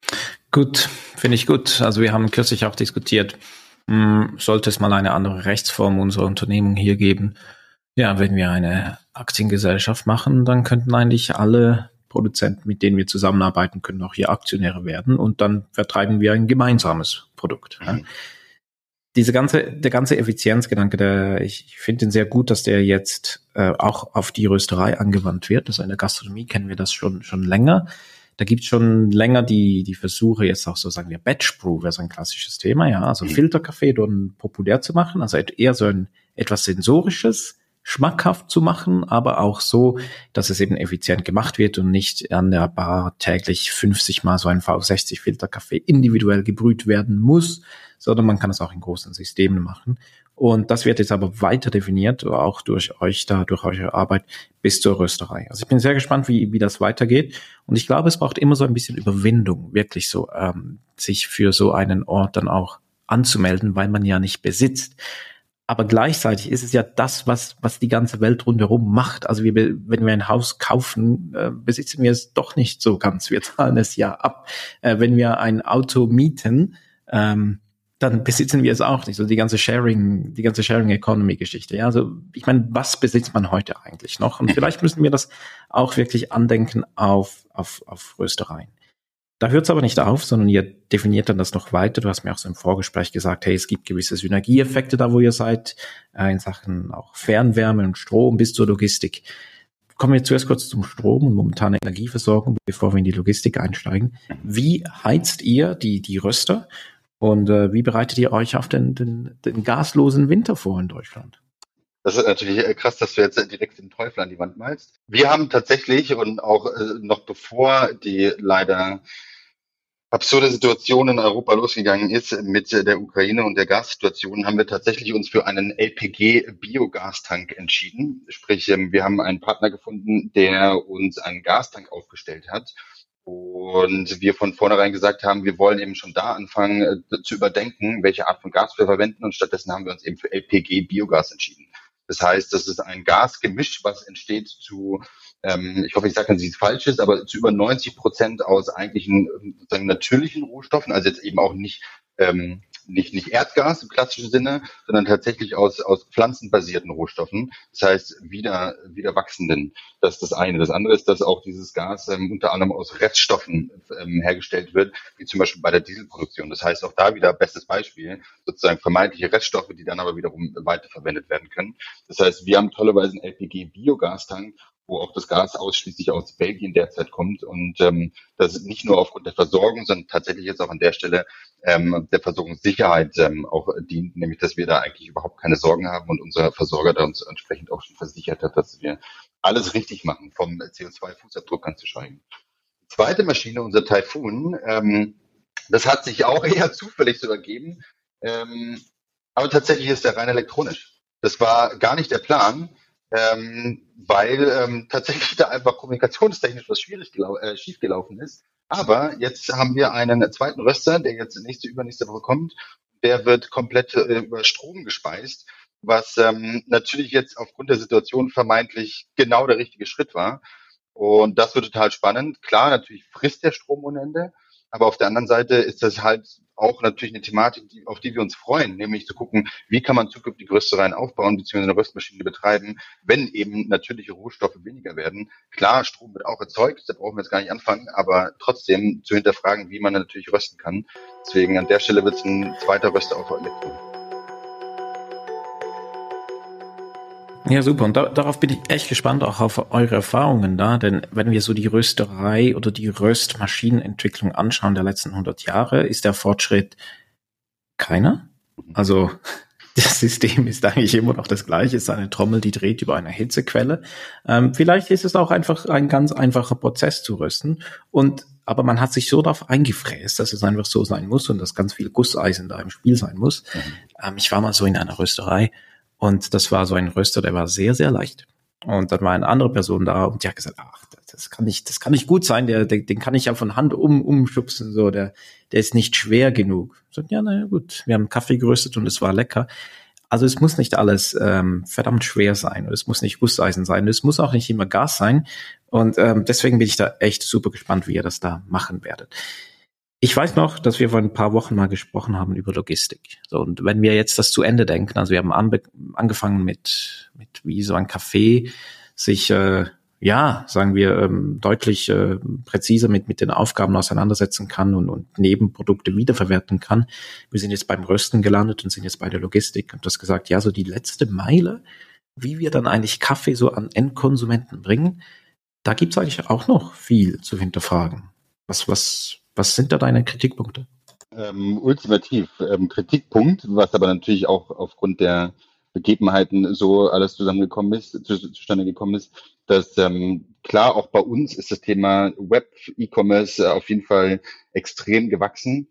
Gut, finde ich gut. Also wir haben kürzlich auch diskutiert, mh, sollte es mal eine andere Rechtsform unserer Unternehmung hier geben. Ja, wenn wir eine Aktiengesellschaft machen, dann könnten eigentlich alle Produzenten, mit denen wir zusammenarbeiten, können auch hier Aktionäre werden und dann vertreiben wir ein gemeinsames Produkt. Mhm. Ja. Diese ganze, der ganze Effizienzgedanke, der, ich, ich finde ihn sehr gut, dass der jetzt äh, auch auf die Rösterei angewandt wird. Also in der Gastronomie kennen wir das schon schon länger. Da gibt es schon länger die die Versuche, jetzt auch so sagen wir Batch Brew wäre so ein klassisches Thema, ja, also Filterkaffee dann populär zu machen, also eher so ein etwas Sensorisches, schmackhaft zu machen, aber auch so, dass es eben effizient gemacht wird und nicht an der Bar täglich fünfzig Mal so ein V sechzig Filterkaffee individuell gebrüht werden muss, sondern man kann es auch in großen Systemen machen. Und das wird jetzt aber weiter definiert, auch durch euch da, durch eure Arbeit bis zur Rösterei. Also ich bin sehr gespannt, wie wie das weitergeht. Und ich glaube, es braucht immer so ein bisschen Überwindung, wirklich so, ähm, sich für so einen Ort dann auch anzumelden, weil man ja nicht besitzt. Aber gleichzeitig ist es ja das, was was die ganze Welt rundherum macht. Also wir, wenn wir ein Haus kaufen, äh, besitzen wir es doch nicht so ganz. Wir zahlen es ja ab. Äh, wenn wir ein Auto mieten, ähm, dann besitzen wir es auch nicht. So die ganze Sharing, die ganze Sharing-Economy-Geschichte. Ja, also ich meine, was besitzt man heute eigentlich noch? Und vielleicht müssen wir das auch wirklich andenken auf auf auf Röstereien. Da hört es aber nicht auf, sondern ihr definiert dann das noch weiter. Du hast mir auch so im Vorgespräch gesagt, hey, es gibt gewisse Synergieeffekte da, wo ihr seid, äh, in Sachen auch Fernwärme und Strom bis zur Logistik. Kommen wir zuerst kurz zum Strom und momentane Energieversorgung, bevor wir in die Logistik einsteigen. Wie heizt ihr die die Röster und äh, wie bereitet ihr euch auf den, den, den gaslosen Winter vor in Deutschland? Das ist natürlich krass, dass du jetzt direkt den Teufel an die Wand malst. Wir haben tatsächlich und auch äh, noch bevor die leider absurde Situation in Europa losgegangen ist mit der Ukraine und der Gassituation, haben wir tatsächlich uns für einen L P G-Biogastank entschieden. Sprich, wir haben einen Partner gefunden, der uns einen Gastank aufgestellt hat. Und wir von vornherein gesagt haben, wir wollen eben schon da anfangen äh, zu überdenken, welche Art von Gas wir verwenden. Und stattdessen haben wir uns eben für L P G-Biogas entschieden. Das heißt, das ist ein Gasgemisch, was entsteht zu, ähm, ich hoffe, ich sage nichts Falsches, aber zu über neunzig Prozent aus eigentlichen sozusagen natürlichen Rohstoffen, also jetzt eben auch nicht ähm, nicht nicht Erdgas im klassischen Sinne, sondern tatsächlich aus aus pflanzenbasierten Rohstoffen. Das heißt wieder wieder wachsenden. Das ist das eine. Das andere ist, dass auch dieses Gas ähm, unter anderem aus Reststoffen ähm, hergestellt wird, wie zum Beispiel bei der Dieselproduktion. Das heißt auch da wieder bestes Beispiel, sozusagen vermeintliche Reststoffe, die dann aber wiederum weiterverwendet werden können. Das heißt, wir haben tollerweise einen L P G-Biogastank, wo auch das Gas ausschließlich aus Belgien derzeit kommt. Und ähm, das ist nicht nur aufgrund der Versorgung, sondern tatsächlich jetzt auch an der Stelle ähm, der Versorgungssicherheit ähm, auch dient, nämlich dass wir da eigentlich überhaupt keine Sorgen haben und unser Versorger da uns entsprechend auch schon versichert hat, dass wir alles richtig machen, vom C O zwei Fußabdruck anzusteigen. Die zweite Maschine, unser Typhoon, ähm, das hat sich auch eher zufällig so ergeben, ähm, aber tatsächlich ist der rein elektronisch. Das war gar nicht der Plan, ähm, weil ähm, tatsächlich da einfach kommunikationstechnisch was schwierig gelau- äh, schiefgelaufen ist. Aber jetzt haben wir einen zweiten Röster, der jetzt nächste, übernächste Woche kommt. Der wird komplett äh, über Strom gespeist, was ähm, natürlich jetzt aufgrund der Situation vermeintlich genau der richtige Schritt war. Und das wird total spannend. Klar, natürlich frisst der Strom ohne Ende, aber auf der anderen Seite ist das halt auch natürlich eine Thematik, die, auf die wir uns freuen, nämlich zu gucken, wie kann man zukünftig Röstereien aufbauen bzw. eine Röstmaschine betreiben, wenn eben natürliche Rohstoffe weniger werden. Klar, Strom wird auch erzeugt, da brauchen wir jetzt gar nicht anfangen, aber trotzdem zu hinterfragen, wie man natürlich rösten kann. Deswegen an der Stelle wird es ein zweiter Röster auf Elektro. Ja, super. Und da, darauf bin ich echt gespannt, auch auf eure Erfahrungen da. Denn wenn wir so die Rösterei oder die Röstmaschinenentwicklung anschauen der letzten hundert Jahre, ist der Fortschritt keiner. Also das System ist eigentlich immer noch das gleiche. Es ist eine Trommel, die dreht über eine Hitzequelle. Ähm, vielleicht ist es auch einfach ein ganz einfacher Prozess zu rösten. Und aber man hat sich so darauf eingefräst, dass es einfach so sein muss und dass ganz viel Gusseisen da im Spiel sein muss. Mhm. Ähm, ich war mal so in einer Rösterei. Und das war so ein Röster, der war sehr, sehr leicht. Und dann war eine andere Person da und die hat gesagt, ach, das das kann nicht, das kann nicht gut sein, der, der den kann ich ja von Hand um, umschubsen, so, der, der ist nicht schwer genug. So, ja, naja, gut, wir haben Kaffee geröstet und es war lecker. Also es muss nicht alles ähm, verdammt schwer sein und es muss nicht Gusseisen sein und es muss auch nicht immer Gas sein und ähm, deswegen bin ich da echt super gespannt, wie ihr das da machen werdet. Ich weiß noch, dass wir vor ein paar Wochen mal gesprochen haben über Logistik. So, und wenn wir jetzt das zu Ende denken, also wir haben anbe- angefangen mit mit wie so ein Café sich äh, ja, sagen wir, ähm, deutlich äh, präziser mit mit den Aufgaben auseinandersetzen kann und, und Nebenprodukte wiederverwerten kann. Wir sind jetzt beim Rösten gelandet und sind jetzt bei der Logistik und du hast gesagt, ja, so die letzte Meile, wie wir dann eigentlich Kaffee so an Endkonsumenten bringen, da gibt's eigentlich auch noch viel zu hinterfragen. Was, was, was sind da deine Kritikpunkte? Ähm, ultimativ ähm, Kritikpunkt, was aber natürlich auch aufgrund der Begebenheiten so alles zusammengekommen ist, zu, zustande gekommen ist, dass ähm, klar auch bei uns ist das Thema Web, E-Commerce äh, auf jeden Fall extrem gewachsen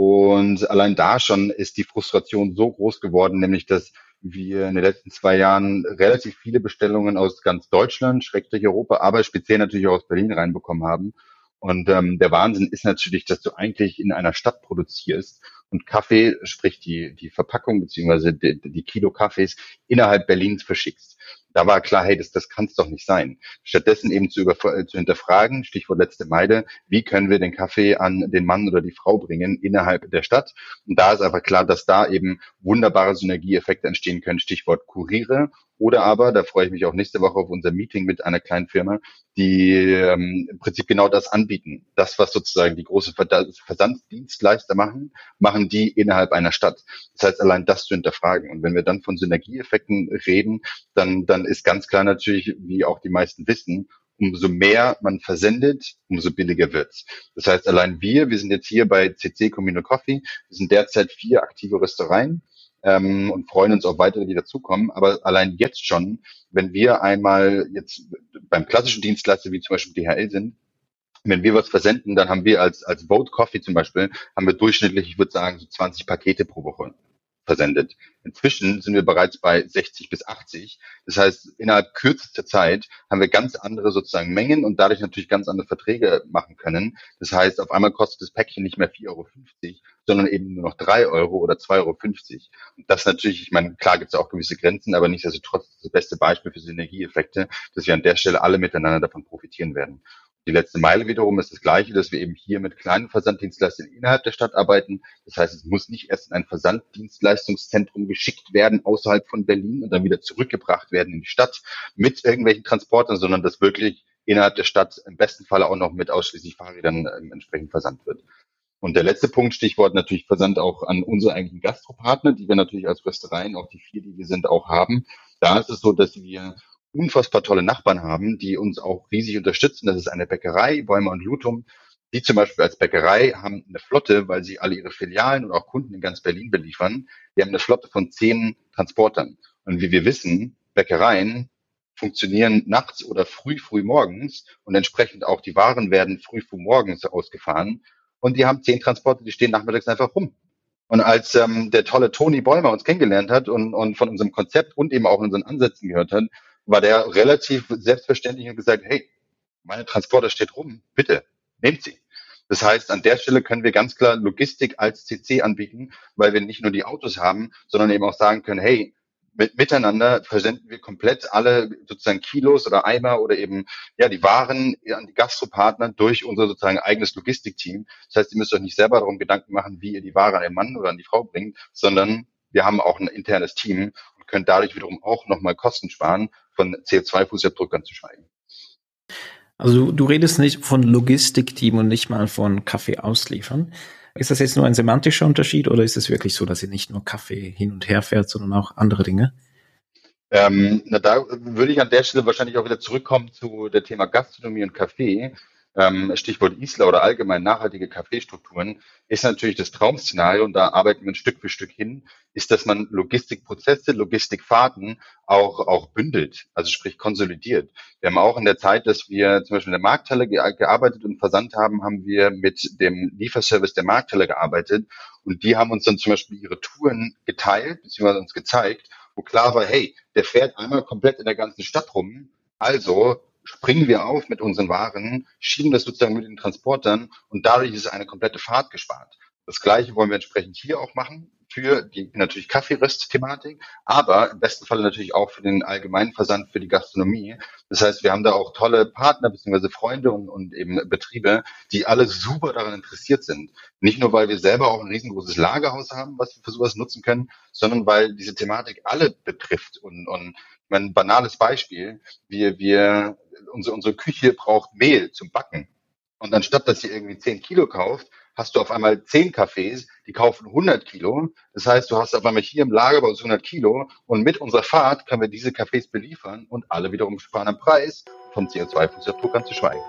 und allein da schon ist die Frustration so groß geworden, nämlich dass wir in den letzten zwei Jahren relativ viele Bestellungen aus ganz Deutschland, Schrägstrich Europa, aber speziell natürlich auch aus Berlin reinbekommen haben. Und ähm, der Wahnsinn ist natürlich, dass du eigentlich in einer Stadt produzierst und Kaffee, sprich die, die Verpackung beziehungsweise die, die Kilo Kaffees innerhalb Berlins verschickst. Da war klar, hey, das, das kann es doch nicht sein. Stattdessen eben zu, über, zu hinterfragen, Stichwort letzte Meile, wie können wir den Kaffee an den Mann oder die Frau bringen innerhalb der Stadt? Und da ist aber klar, dass da eben wunderbare Synergieeffekte entstehen können, Stichwort Kuriere. Oder aber, da freue ich mich auch nächste Woche auf unser Meeting mit einer kleinen Firma, die ähm, im Prinzip genau das anbieten. Das, was sozusagen die großen Versanddienstleister machen, machen die innerhalb einer Stadt. Das heißt, allein das zu hinterfragen. Und wenn wir dann von Synergieeffekten reden, dann, dann ist ganz klar natürlich, wie auch die meisten wissen, umso mehr man versendet, umso billiger wird's. Das heißt, allein wir, wir sind jetzt hier bei C C Communal Coffee, wir sind derzeit vier aktive Röstereien, ähm, und freuen uns auf weitere, die dazukommen. Aber allein jetzt schon, wenn wir einmal jetzt beim klassischen Dienstleister wie zum Beispiel D H L sind, wenn wir was versenden, dann haben wir als als Vote Coffee zum Beispiel, haben wir durchschnittlich, ich würde sagen, so zwanzig Pakete pro Woche versendet. Inzwischen sind wir bereits bei sechzig bis achtzig. Das heißt, innerhalb kürzester Zeit haben wir ganz andere sozusagen Mengen und dadurch natürlich ganz andere Verträge machen können. Das heißt, auf einmal kostet das Päckchen nicht mehr vier Euro fünfzig, sondern eben nur noch drei Euro oder zwei Euro fünfzig. Und das natürlich, ich meine, klar gibt es auch gewisse Grenzen, aber nichtsdestotrotz das beste Beispiel für Synergieeffekte, dass wir an der Stelle alle miteinander davon profitieren werden. Die letzte Meile wiederum ist das Gleiche, dass wir eben hier mit kleinen Versanddienstleistern innerhalb der Stadt arbeiten. Das heißt, es muss nicht erst in ein Versanddienstleistungszentrum geschickt werden außerhalb von Berlin und dann wieder zurückgebracht werden in die Stadt mit irgendwelchen Transportern, sondern das wirklich innerhalb der Stadt im besten Falle auch noch mit ausschließlich Fahrrädern äh, entsprechend versandt wird. Und der letzte Punkt, Stichwort natürlich Versand auch an unsere eigentlichen Gastropartner, die wir natürlich als Röstereien, auch die vier, die wir sind, auch haben. Da ist es so, dass wir unfassbar tolle Nachbarn haben, die uns auch riesig unterstützen. Das ist eine Bäckerei, Bäumer und Lutum. Die zum Beispiel als Bäckerei haben eine Flotte, weil sie alle ihre Filialen und auch Kunden in ganz Berlin beliefern. Die haben eine Flotte von zehn Transportern. Und wie wir wissen, Bäckereien funktionieren nachts oder früh, früh morgens und entsprechend auch die Waren werden früh, früh morgens ausgefahren. Und die haben zehn Transporter, die stehen nachmittags einfach rum. Und als ähm, der tolle Toni Bäumer uns kennengelernt hat und, und von unserem Konzept und eben auch unseren Ansätzen gehört hat, war der relativ selbstverständlich und gesagt, hey, meine Transporter steht rum, bitte, nehmt sie. Das heißt, an der Stelle können wir ganz klar Logistik als C C anbieten, weil wir nicht nur die Autos haben, sondern eben auch sagen können, hey, mit, miteinander versenden wir komplett alle sozusagen Kilos oder Eimer oder eben ja die Waren an die Gastropartner durch unser sozusagen eigenes Logistikteam. Das heißt, ihr müsst euch nicht selber darum Gedanken machen, wie ihr die Ware an den Mann oder an die Frau bringt, sondern wir haben auch ein internes Team und können dadurch wiederum auch nochmal Kosten sparen, von C O zwei Fußabdruck ganz zu schweigen. Also du, du redest nicht von Logistikteam und nicht mal von Kaffee ausliefern. Ist das jetzt nur ein semantischer Unterschied oder ist es wirklich so, dass ihr nicht nur Kaffee hin und her fährt, sondern auch andere Dinge? Ähm, na, da würde ich an der Stelle wahrscheinlich auch wieder zurückkommen zu der Thema Gastronomie und Kaffee. Ähm, Stichwort Isla oder allgemein nachhaltige Kaffeestrukturen ist natürlich das Traum-Szenario und da arbeiten wir ein Stück für Stück hin, ist, dass man Logistikprozesse, Logistikfahrten auch, auch bündelt, also sprich konsolidiert. Wir haben auch in der Zeit, dass wir zum Beispiel in der Markthalle ge gearbeitet und versandt haben, haben wir mit dem Lieferservice der Markthalle gearbeitet und die haben uns dann zum Beispiel ihre Touren geteilt, beziehungsweise uns gezeigt, wo klar war, hey, der fährt einmal komplett in der ganzen Stadt rum, also springen wir auf mit unseren Waren, schieben das sozusagen mit den Transportern und dadurch ist eine komplette Fahrt gespart. Das Gleiche wollen wir entsprechend hier auch machen für die natürlich Kaffeeröst-Thematik, aber im besten Falle natürlich auch für den allgemeinen Versand für die Gastronomie. Das heißt, wir haben da auch tolle Partner bzw. Freunde und, und eben Betriebe, die alle super daran interessiert sind. Nicht nur, weil wir selber auch ein riesengroßes Lagerhaus haben, was wir für sowas nutzen können, sondern weil diese Thematik alle betrifft. Und, und ein banales Beispiel, wir, wir, unsere, unsere Küche braucht Mehl zum Backen. Und anstatt, dass ihr irgendwie zehn Kilo kauft, hast du auf einmal zehn Cafés, die kaufen hundert Kilo. Das heißt, du hast auf einmal hier im Lager bei uns hundert Kilo und mit unserer Fahrt können wir diese Cafés beliefern und alle wiederum sparen am Preis, vom C O zwei Fußabdruck ganz zu schweigen.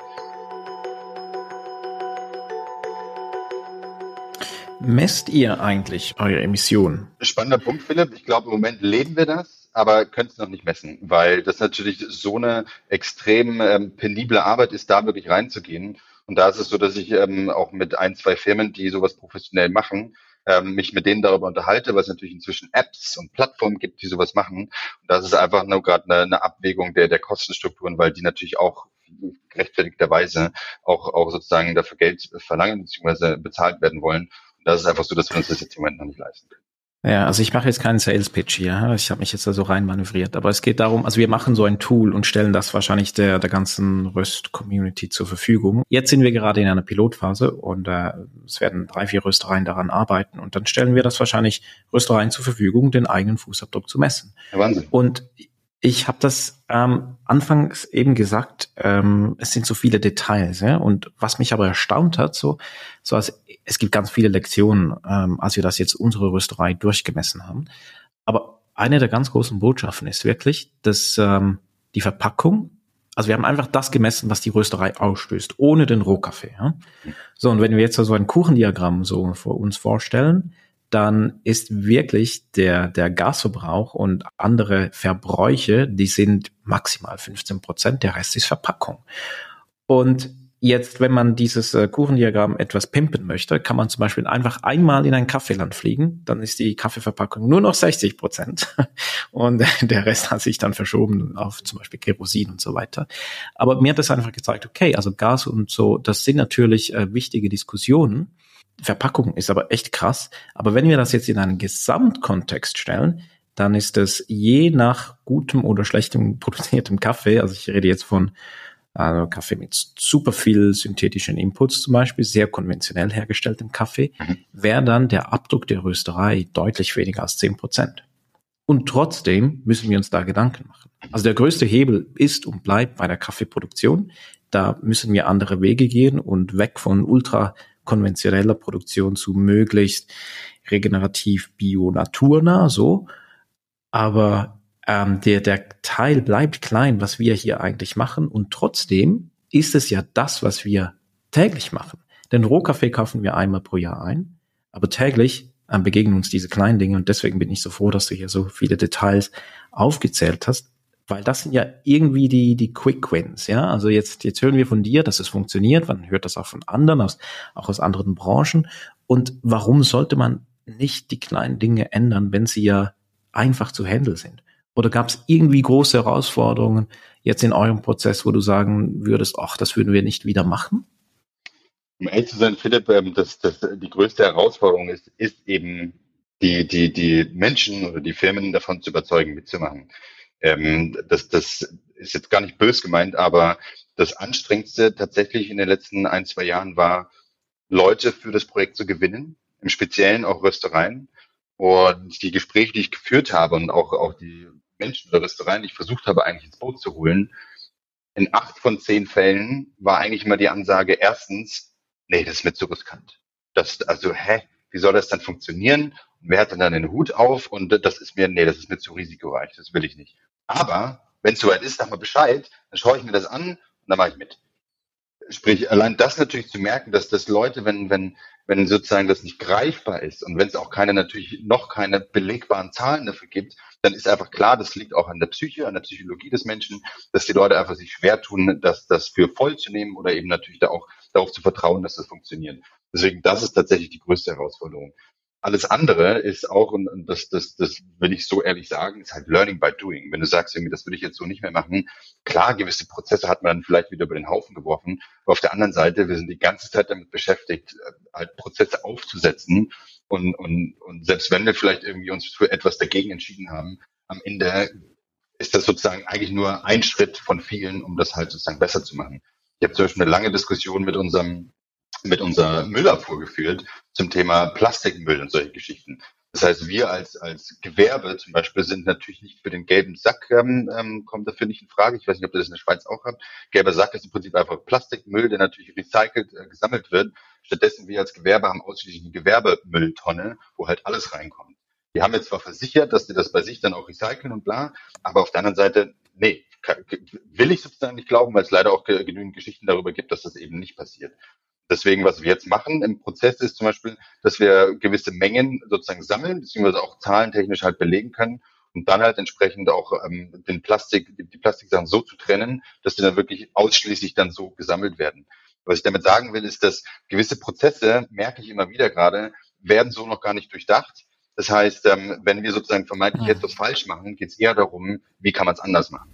Messt ihr eigentlich eure Emissionen? Spannender Punkt, Philipp. Ich glaube, im Moment leben wir das, aber können es noch nicht messen, weil das natürlich so eine extrem ähm, penible Arbeit ist, da wirklich reinzugehen. Und da ist es so, dass ich ähm, auch mit ein, zwei Firmen, die sowas professionell machen, ähm, mich mit denen darüber unterhalte, was natürlich inzwischen Apps und Plattformen gibt, die sowas machen. Und das ist einfach nur gerade eine, eine Abwägung der, der Kostenstrukturen, weil die natürlich auch gerechtfertigterweise auch, auch sozusagen dafür Geld verlangen bzw. bezahlt werden wollen. Und das ist einfach so, dass wir uns das jetzt im Moment noch nicht leisten können. Ja, also ich mache jetzt keinen Sales Pitch hier. Ich habe mich jetzt da so rein manövriert. Aber es geht darum, also wir machen so ein Tool und stellen das wahrscheinlich der der ganzen Röst-Community zur Verfügung. Jetzt sind wir gerade in einer Pilotphase und äh, es werden drei, vier Röstereien daran arbeiten. Und dann stellen wir das wahrscheinlich Röstereien zur Verfügung, den eigenen Fußabdruck zu messen. Ja, Wahnsinn. Und ich habe das ähm, anfangs eben gesagt, ähm, es sind so viele Details, ja. Und was mich aber erstaunt hat, so, so als es gibt ganz viele Lektionen, ähm, als wir das jetzt unsere Rösterei durchgemessen haben. Aber eine der ganz großen Botschaften ist wirklich, dass ähm, die Verpackung, also wir haben einfach das gemessen, was die Rösterei ausstößt, ohne den Rohkaffee. Ja? So, und wenn wir jetzt so ein Kuchendiagramm so vor uns vorstellen, dann ist wirklich der der Gasverbrauch und andere Verbräuche, die sind maximal fünfzehn Prozent, der Rest ist Verpackung. Und jetzt, wenn man dieses äh, Kuchendiagramm etwas pimpen möchte, kann man zum Beispiel einfach einmal in ein Kaffeeland fliegen, dann ist die Kaffeeverpackung nur noch sechzig Prozent und der Rest hat sich dann verschoben auf zum Beispiel Kerosin und so weiter. Aber mir hat das einfach gezeigt, okay, also Gas und so, das sind natürlich äh, wichtige Diskussionen. Verpackung ist aber echt krass. Aber wenn wir das jetzt in einen Gesamtkontext stellen, dann ist es je nach gutem oder schlechtem produziertem Kaffee, also ich rede jetzt von also Kaffee mit super viel synthetischen Inputs zum Beispiel, sehr konventionell hergestelltem Kaffee, mhm. wäre dann der Abdruck der Rösterei deutlich weniger als zehn Prozent. Und trotzdem müssen wir uns da Gedanken machen. Also der größte Hebel ist und bleibt bei der Kaffeeproduktion. Da müssen wir andere Wege gehen und weg von ultra konventioneller Produktion zu möglichst regenerativ bio-naturnah, so. Aber ähm, der, der Teil bleibt klein, was wir hier eigentlich machen. Und trotzdem ist es ja das, was wir täglich machen. Denn Rohkaffee kaufen wir einmal pro Jahr ein. Aber täglich ähm, begegnen uns diese kleinen Dinge. Und deswegen bin ich so froh, dass du hier so viele Details aufgezählt hast. Weil das sind ja irgendwie die, die Quick Wins, ja. Also jetzt, jetzt hören wir von dir, dass es funktioniert. Man hört das auch von anderen, aus, auch aus anderen Branchen. Und warum sollte man nicht die kleinen Dinge ändern, wenn sie ja einfach zu handeln sind? Oder gab es irgendwie große Herausforderungen jetzt in eurem Prozess, wo du sagen würdest, ach, das würden wir nicht wieder machen? Um ehrlich zu sein, Philipp, das, das, die größte Herausforderung ist, ist eben die, die, die Menschen oder die Firmen davon zu überzeugen, mitzumachen. Ähm, das, das ist jetzt gar nicht bös gemeint, aber das Anstrengendste tatsächlich in den letzten ein, zwei Jahren war, Leute für das Projekt zu gewinnen, im Speziellen auch Röstereien. Und die Gespräche, die ich geführt habe und auch, auch die Menschen oder Röstereien, die ich versucht habe, eigentlich ins Boot zu holen, in acht von zehn Fällen war eigentlich immer die Ansage, erstens, nee, das ist mir zu riskant. Das, also, hä, wie soll das dann funktionieren? Und wer hat dann den Hut auf? Und das ist mir, nee, das ist mir zu risikoreich, das will ich nicht. Aber wenn es soweit ist, sag mal Bescheid, dann schaue ich mir das an und dann mache ich mit. Sprich, allein das natürlich zu merken, dass das Leute, wenn, wenn, wenn sozusagen das nicht greifbar ist und wenn es auch keine, natürlich noch keine belegbaren Zahlen dafür gibt, dann ist einfach klar, das liegt auch an der Psyche, an der Psychologie des Menschen, dass die Leute einfach sich schwer tun, das, das für voll zu nehmen oder eben natürlich da auch darauf zu vertrauen, dass das funktioniert. Deswegen, das ist tatsächlich die größte Herausforderung. Alles andere ist auch, und und das, das, das will ich so ehrlich sagen, ist halt Learning by Doing. Wenn du sagst, irgendwie, das würde ich jetzt so nicht mehr machen, klar, gewisse Prozesse hat man dann vielleicht wieder über den Haufen geworfen, aber auf der anderen Seite, wir sind die ganze Zeit damit beschäftigt, äh, halt Prozesse aufzusetzen und, und, und selbst wenn wir vielleicht irgendwie uns für etwas dagegen entschieden haben, am Ende ist das sozusagen eigentlich nur ein Schritt von vielen, um das halt sozusagen besser zu machen. Ich habe zum Beispiel eine lange Diskussion mit unserem mit unserer Müllabfuhr geführt zum Thema Plastikmüll und solche Geschichten. Das heißt, wir als als Gewerbe zum Beispiel sind natürlich nicht für den gelben Sack, ähm, ähm, kommt dafür nicht in Frage. Ich weiß nicht, ob ihr das in der Schweiz auch habt. Gelber Sack ist im Prinzip einfach Plastikmüll, der natürlich recycelt, äh, gesammelt wird. Stattdessen wir als Gewerbe haben ausschließlich eine Gewerbemülltonne, wo halt alles reinkommt. Die haben jetzt zwar versichert, dass sie das bei sich dann auch recyceln und bla, aber auf der anderen Seite, nee, will ich sozusagen nicht glauben, weil es leider auch genügend Geschichten darüber gibt, dass das eben nicht passiert. Deswegen, was wir jetzt machen im Prozess ist zum Beispiel, dass wir gewisse Mengen sozusagen sammeln, beziehungsweise auch zahlentechnisch halt belegen können und dann halt entsprechend auch ähm, den Plastik, die, die Plastiksachen so zu trennen, dass die dann wirklich ausschließlich dann so gesammelt werden. Was ich damit sagen will, ist, dass gewisse Prozesse, merke ich immer wieder gerade, werden so noch gar nicht durchdacht. Das heißt, ähm, wenn wir sozusagen vermeintlich Ja. etwas falsch machen, geht es eher darum, wie kann man es anders machen.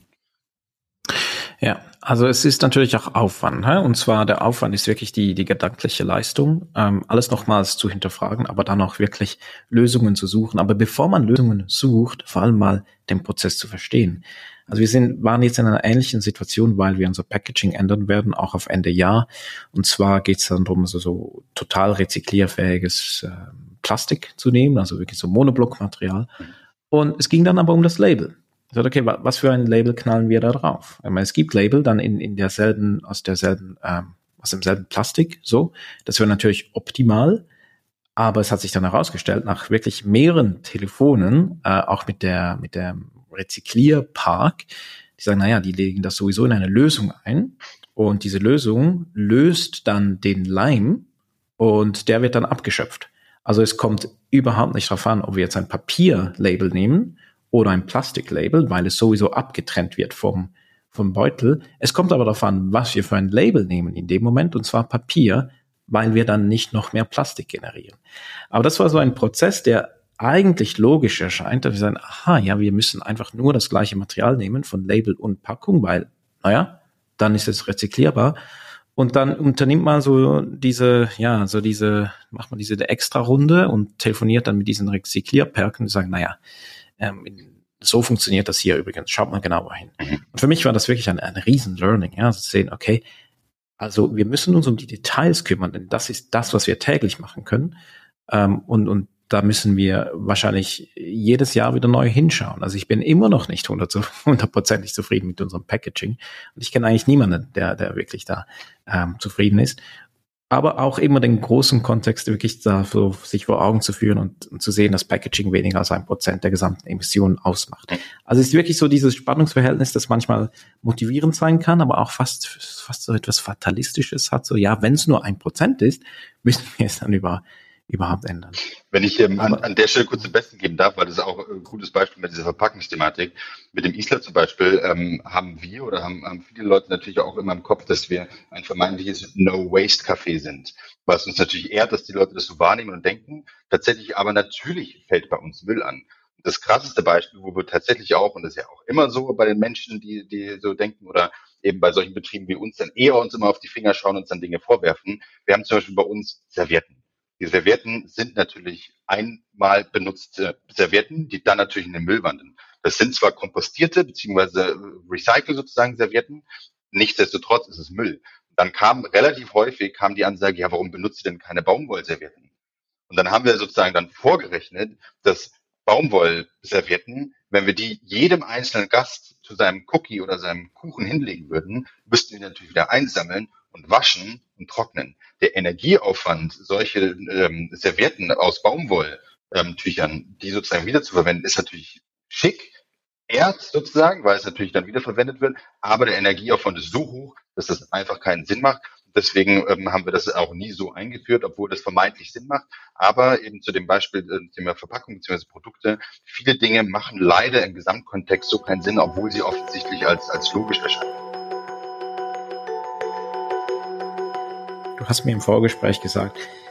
Ja, also es ist natürlich auch Aufwand, hä? Und zwar der Aufwand ist wirklich die die gedankliche Leistung, ähm, alles nochmals zu hinterfragen, aber dann auch wirklich Lösungen zu suchen. Aber bevor man Lösungen sucht, vor allem mal den Prozess zu verstehen. Also wir sind waren jetzt in einer ähnlichen Situation, weil wir unser Packaging ändern werden, auch auf Ende Jahr. Und zwar geht es dann darum, so, so total rezyklierfähiges äh, Plastik zu nehmen, also wirklich so Monoblockmaterial. Und es ging dann aber um das Label. Ich sagte, okay, was für ein Label knallen wir da drauf? Ich meine, es gibt Label dann in, in derselben, aus derselben, ähm, aus demselben Plastik, so. Das wäre natürlich optimal. Aber es hat sich dann herausgestellt, nach wirklich mehreren Telefonen, äh, auch mit der, mit der Rezyklierpark, die sagen, naja, die legen das sowieso in eine Lösung ein. Und diese Lösung löst dann den Leim und der wird dann abgeschöpft. Also es kommt überhaupt nicht darauf an, ob wir jetzt ein Papierlabel nehmen oder ein Plastiklabel, weil es sowieso abgetrennt wird vom, vom Beutel. Es kommt aber darauf an, was wir für ein Label nehmen in dem Moment, und zwar Papier, weil wir dann nicht noch mehr Plastik generieren. Aber das war so ein Prozess, der eigentlich logisch erscheint, dass wir sagen, aha, ja, wir müssen einfach nur das gleiche Material nehmen von Label und Packung, weil, naja, dann ist es rezyklierbar. Und dann unternimmt man so diese, ja, so diese, macht man diese Extra-Runde und telefoniert dann mit diesen Rezyklierperken und sagen, naja, ähm, so funktioniert das hier übrigens, schaut mal genauer hin. Und für mich war das wirklich ein, ein Riesen-Learning, ja, zu sehen, okay, also wir müssen uns um die Details kümmern, denn das ist das, was wir täglich machen können. Ähm, und, und da müssen wir wahrscheinlich jedes Jahr wieder neu hinschauen. Also ich bin immer noch nicht hundertprozentig zufrieden mit unserem Packaging. Und ich kenne eigentlich niemanden, der, der wirklich da ähm, zufrieden ist. Aber auch immer den großen Kontext wirklich da so sich vor Augen zu führen und, und zu sehen, dass Packaging weniger als ein Prozent der gesamten Emissionen ausmacht. Also es ist wirklich so dieses Spannungsverhältnis, das manchmal motivierend sein kann, aber auch fast fast so etwas Fatalistisches hat. So, ja, wenn es nur ein Prozent ist, müssen wir es dann über überhaupt ändern. Wenn ich ähm, an, an der Stelle kurz zum Besten geben darf, weil das ist auch ein gutes Beispiel mit dieser Verpackungsthematik. Mit dem Isla zum Beispiel ähm, haben wir oder haben, haben viele Leute natürlich auch immer im Kopf, dass wir ein vermeintliches No-Waste-Café sind. Was uns natürlich ehrt, dass die Leute das so wahrnehmen und denken. Tatsächlich aber natürlich fällt bei uns Müll an. Das krasseste Beispiel, wo wir tatsächlich auch, und das ist ja auch immer so bei den Menschen, die, die so denken oder eben bei solchen Betrieben wie uns, dann eher uns immer auf die Finger schauen und uns dann Dinge vorwerfen. Wir haben zum Beispiel bei uns Servietten. Die Servietten sind natürlich einmal benutzte Servietten, die dann natürlich in den Müll wandern. Das sind zwar kompostierte bzw. recycle sozusagen Servietten, nichtsdestotrotz ist es Müll. Dann kam relativ häufig kam die Ansage, ja, warum benutzt ihr denn keine Baumwollservietten? Und dann haben wir sozusagen dann vorgerechnet, dass Baumwollservietten, wenn wir die jedem einzelnen Gast zu seinem Cookie oder seinem Kuchen hinlegen würden, müssten wir natürlich wieder einsammeln und waschen und trocknen. Der Energieaufwand, solche ähm, Servietten aus Baumwolltüchern, ähm, die sozusagen wieder zu verwenden, ist natürlich schick, ehrt sozusagen, weil es natürlich dann wiederverwendet wird, aber der Energieaufwand ist so hoch, dass das einfach keinen Sinn macht. Deswegen ähm, haben wir das auch nie so eingeführt, obwohl das vermeintlich Sinn macht. Aber eben zu dem Beispiel äh, Thema Verpackung bzw. Produkte, viele Dinge machen leider im Gesamtkontext so keinen Sinn, obwohl sie offensichtlich als, als logisch erscheinen. Du hast mir im Vorgespräch gesagt,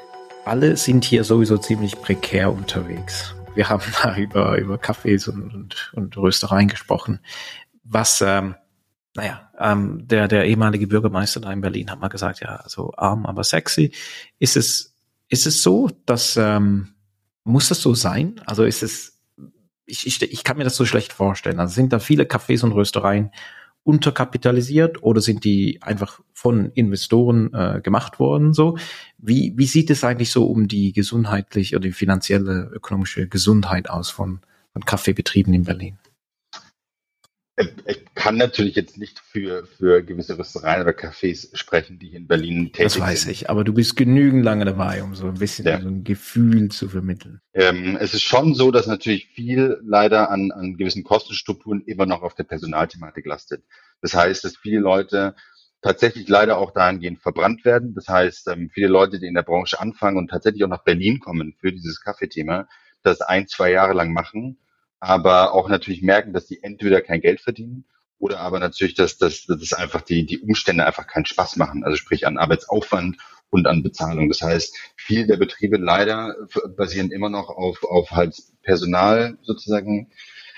alle sind hier sowieso ziemlich prekär unterwegs. Wir haben da über, über Cafés und, und, und Röstereien gesprochen. Was, ähm, naja, ähm, der, der ehemalige Bürgermeister da in Berlin hat mal gesagt, ja, also arm, aber sexy. Ist es, ist es so, dass, ähm, muss das so sein? Also ist es, ich, ich, ich kann mir das so schlecht vorstellen. Also sind da viele Cafés und Röstereien unterkapitalisiert oder sind die einfach von Investoren äh, gemacht worden? So, wie wie sieht es eigentlich so um die gesundheitliche oder die finanzielle ökonomische Gesundheit aus von von Kaffeebetrieben in Berlin? Ich kann natürlich jetzt nicht für, für gewisse Röstereien oder Cafés sprechen, die hier in Berlin tätig sind. Das weiß ich, aber du bist genügend lange dabei, um so ein bisschen Ja. so ein Gefühl zu vermitteln. Ähm, es ist schon so, dass natürlich viel leider an, an gewissen Kostenstrukturen immer noch auf der Personalthematik lastet. Das heißt, dass viele Leute tatsächlich leider auch dahingehend verbrannt werden. Das heißt, ähm, viele Leute, die in der Branche anfangen und tatsächlich auch nach Berlin kommen für dieses Kaffeethema, das ein, zwei Jahre lang machen, aber auch natürlich merken, dass sie entweder kein Geld verdienen oder aber natürlich, dass, dass, dass einfach die, die Umstände einfach keinen Spaß machen. Also sprich an Arbeitsaufwand und an Bezahlung. Das heißt, viele der Betriebe leider basieren immer noch auf, auf halt Personal sozusagen,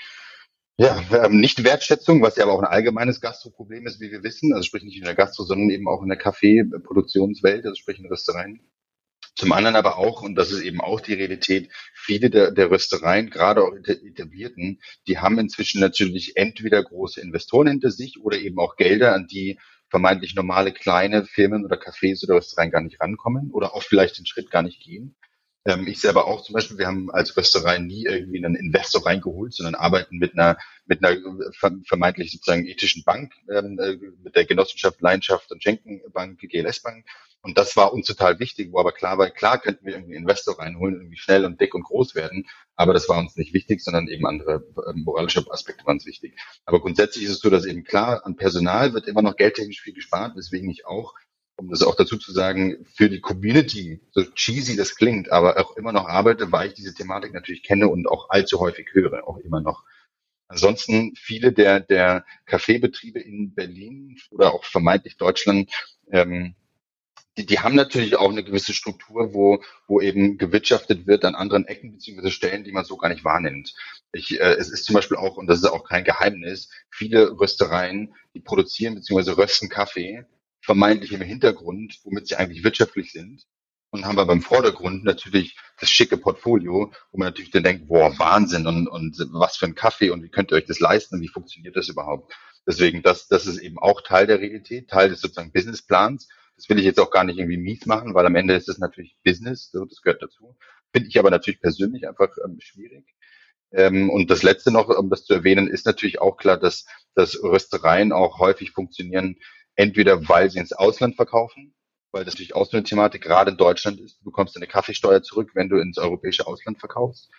ja, ähm, nicht Wertschätzung, was ja aber auch ein allgemeines Gastroproblem ist, wie wir wissen. Also sprich nicht in der Gastro, sondern eben auch in der Kaffeeproduktionswelt, also sprich in Röstereien. Zum anderen aber auch, und das ist eben auch die Realität, viele der, der Röstereien, gerade auch etablierten, die haben inzwischen natürlich entweder große Investoren hinter sich oder eben auch Gelder, an die vermeintlich normale kleine Firmen oder Cafés oder Röstereien gar nicht rankommen oder auch vielleicht den Schritt gar nicht gehen. Ähm, ich selber auch zum Beispiel, wir haben als Rösterei nie irgendwie einen Investor reingeholt, sondern arbeiten mit einer mit einer vermeintlich sozusagen ethischen Bank, ähm, mit der Genossenschaft Leidenschaft und Schenkenbank, G L S Bank. Und das war uns total wichtig, wo aber klar war, klar könnten wir irgendwie einen Investor reinholen, irgendwie schnell und dick und groß werden, aber das war uns nicht wichtig, sondern eben andere äh, moralische Aspekte waren uns wichtig. Aber grundsätzlich ist es so, dass eben klar, an Personal wird immer noch geldtechnisch viel gespart, weswegen ich auch, um das auch dazu zu sagen, für die Community, so cheesy das klingt, aber auch immer noch arbeite, weil ich diese Thematik natürlich kenne und auch allzu häufig höre, auch immer noch. Ansonsten viele der, der Kaffeebetriebe in Berlin oder auch vermeintlich Deutschland, ähm, Die, die haben natürlich auch eine gewisse Struktur, wo, wo eben gewirtschaftet wird an anderen Ecken beziehungsweise Stellen, die man so gar nicht wahrnimmt. Ich, äh, es ist zum Beispiel auch, und das ist auch kein Geheimnis, viele Röstereien, die produzieren beziehungsweise rösten Kaffee, vermeintlich im Hintergrund, womit sie eigentlich wirtschaftlich sind, und haben aber im Vordergrund natürlich das schicke Portfolio, wo man natürlich dann denkt, boah, Wahnsinn und, und was für ein Kaffee und wie könnt ihr euch das leisten und wie funktioniert das überhaupt? Deswegen, das, das ist eben auch Teil der Realität, Teil des sozusagen Businessplans. Das will ich jetzt auch gar nicht irgendwie mies machen, weil am Ende ist es natürlich Business, so, das gehört dazu. Finde ich aber natürlich persönlich einfach ähm, schwierig. Ähm, und das Letzte noch, um das zu erwähnen, ist natürlich auch klar, dass, dass Röstereien auch häufig funktionieren, entweder weil sie ins Ausland verkaufen, weil das natürlich auch so eine Thematik gerade in Deutschland ist. Du bekommst deine Kaffeesteuer zurück, wenn du ins europäische Ausland verkaufst.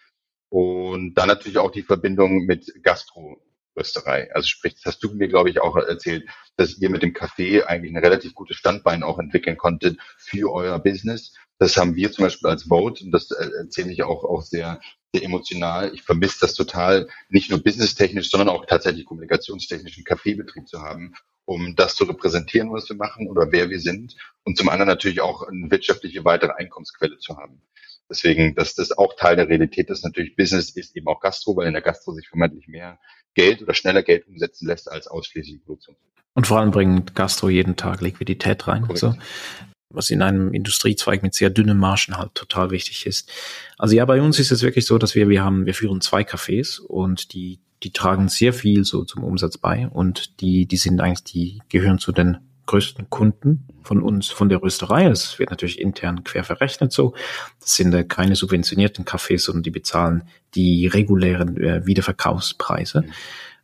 Und dann natürlich auch die Verbindung mit Gastro-Rösterei. Also sprich, das hast du mir, glaube ich, auch erzählt, dass ihr mit dem Kaffee eigentlich ein relativ gutes Standbein auch entwickeln konntet für euer Business. Das haben wir zum Beispiel als Vote, und das erzähle ich auch, auch sehr, sehr emotional. Ich vermisse das total, nicht nur businesstechnisch, sondern auch tatsächlich kommunikationstechnisch einen Kaffeebetrieb zu haben, um das zu repräsentieren, was wir machen oder wer wir sind. Und zum anderen natürlich auch eine wirtschaftliche weitere Einkommensquelle zu haben. Deswegen, dass das auch Teil der Realität ist. Natürlich, Business ist eben auch Gastro, weil in der Gastro sich vermeintlich mehr Geld oder schneller Geld umsetzen lässt als ausschließlich Produktion. Und vor allem bringt Gastro jeden Tag Liquidität rein. So, was in einem Industriezweig mit sehr dünnen Margen halt total wichtig ist. Also ja, bei uns ist es wirklich so, dass wir, wir haben, wir führen zwei Cafés und die, die tragen sehr viel so zum Umsatz bei und die, die sind eigentlich, die gehören zu den größten Kunden von uns, von der Rösterei. Es wird natürlich intern quer verrechnet so. Das sind äh, keine subventionierten Cafés, sondern die bezahlen die regulären äh, Wiederverkaufspreise. Mhm.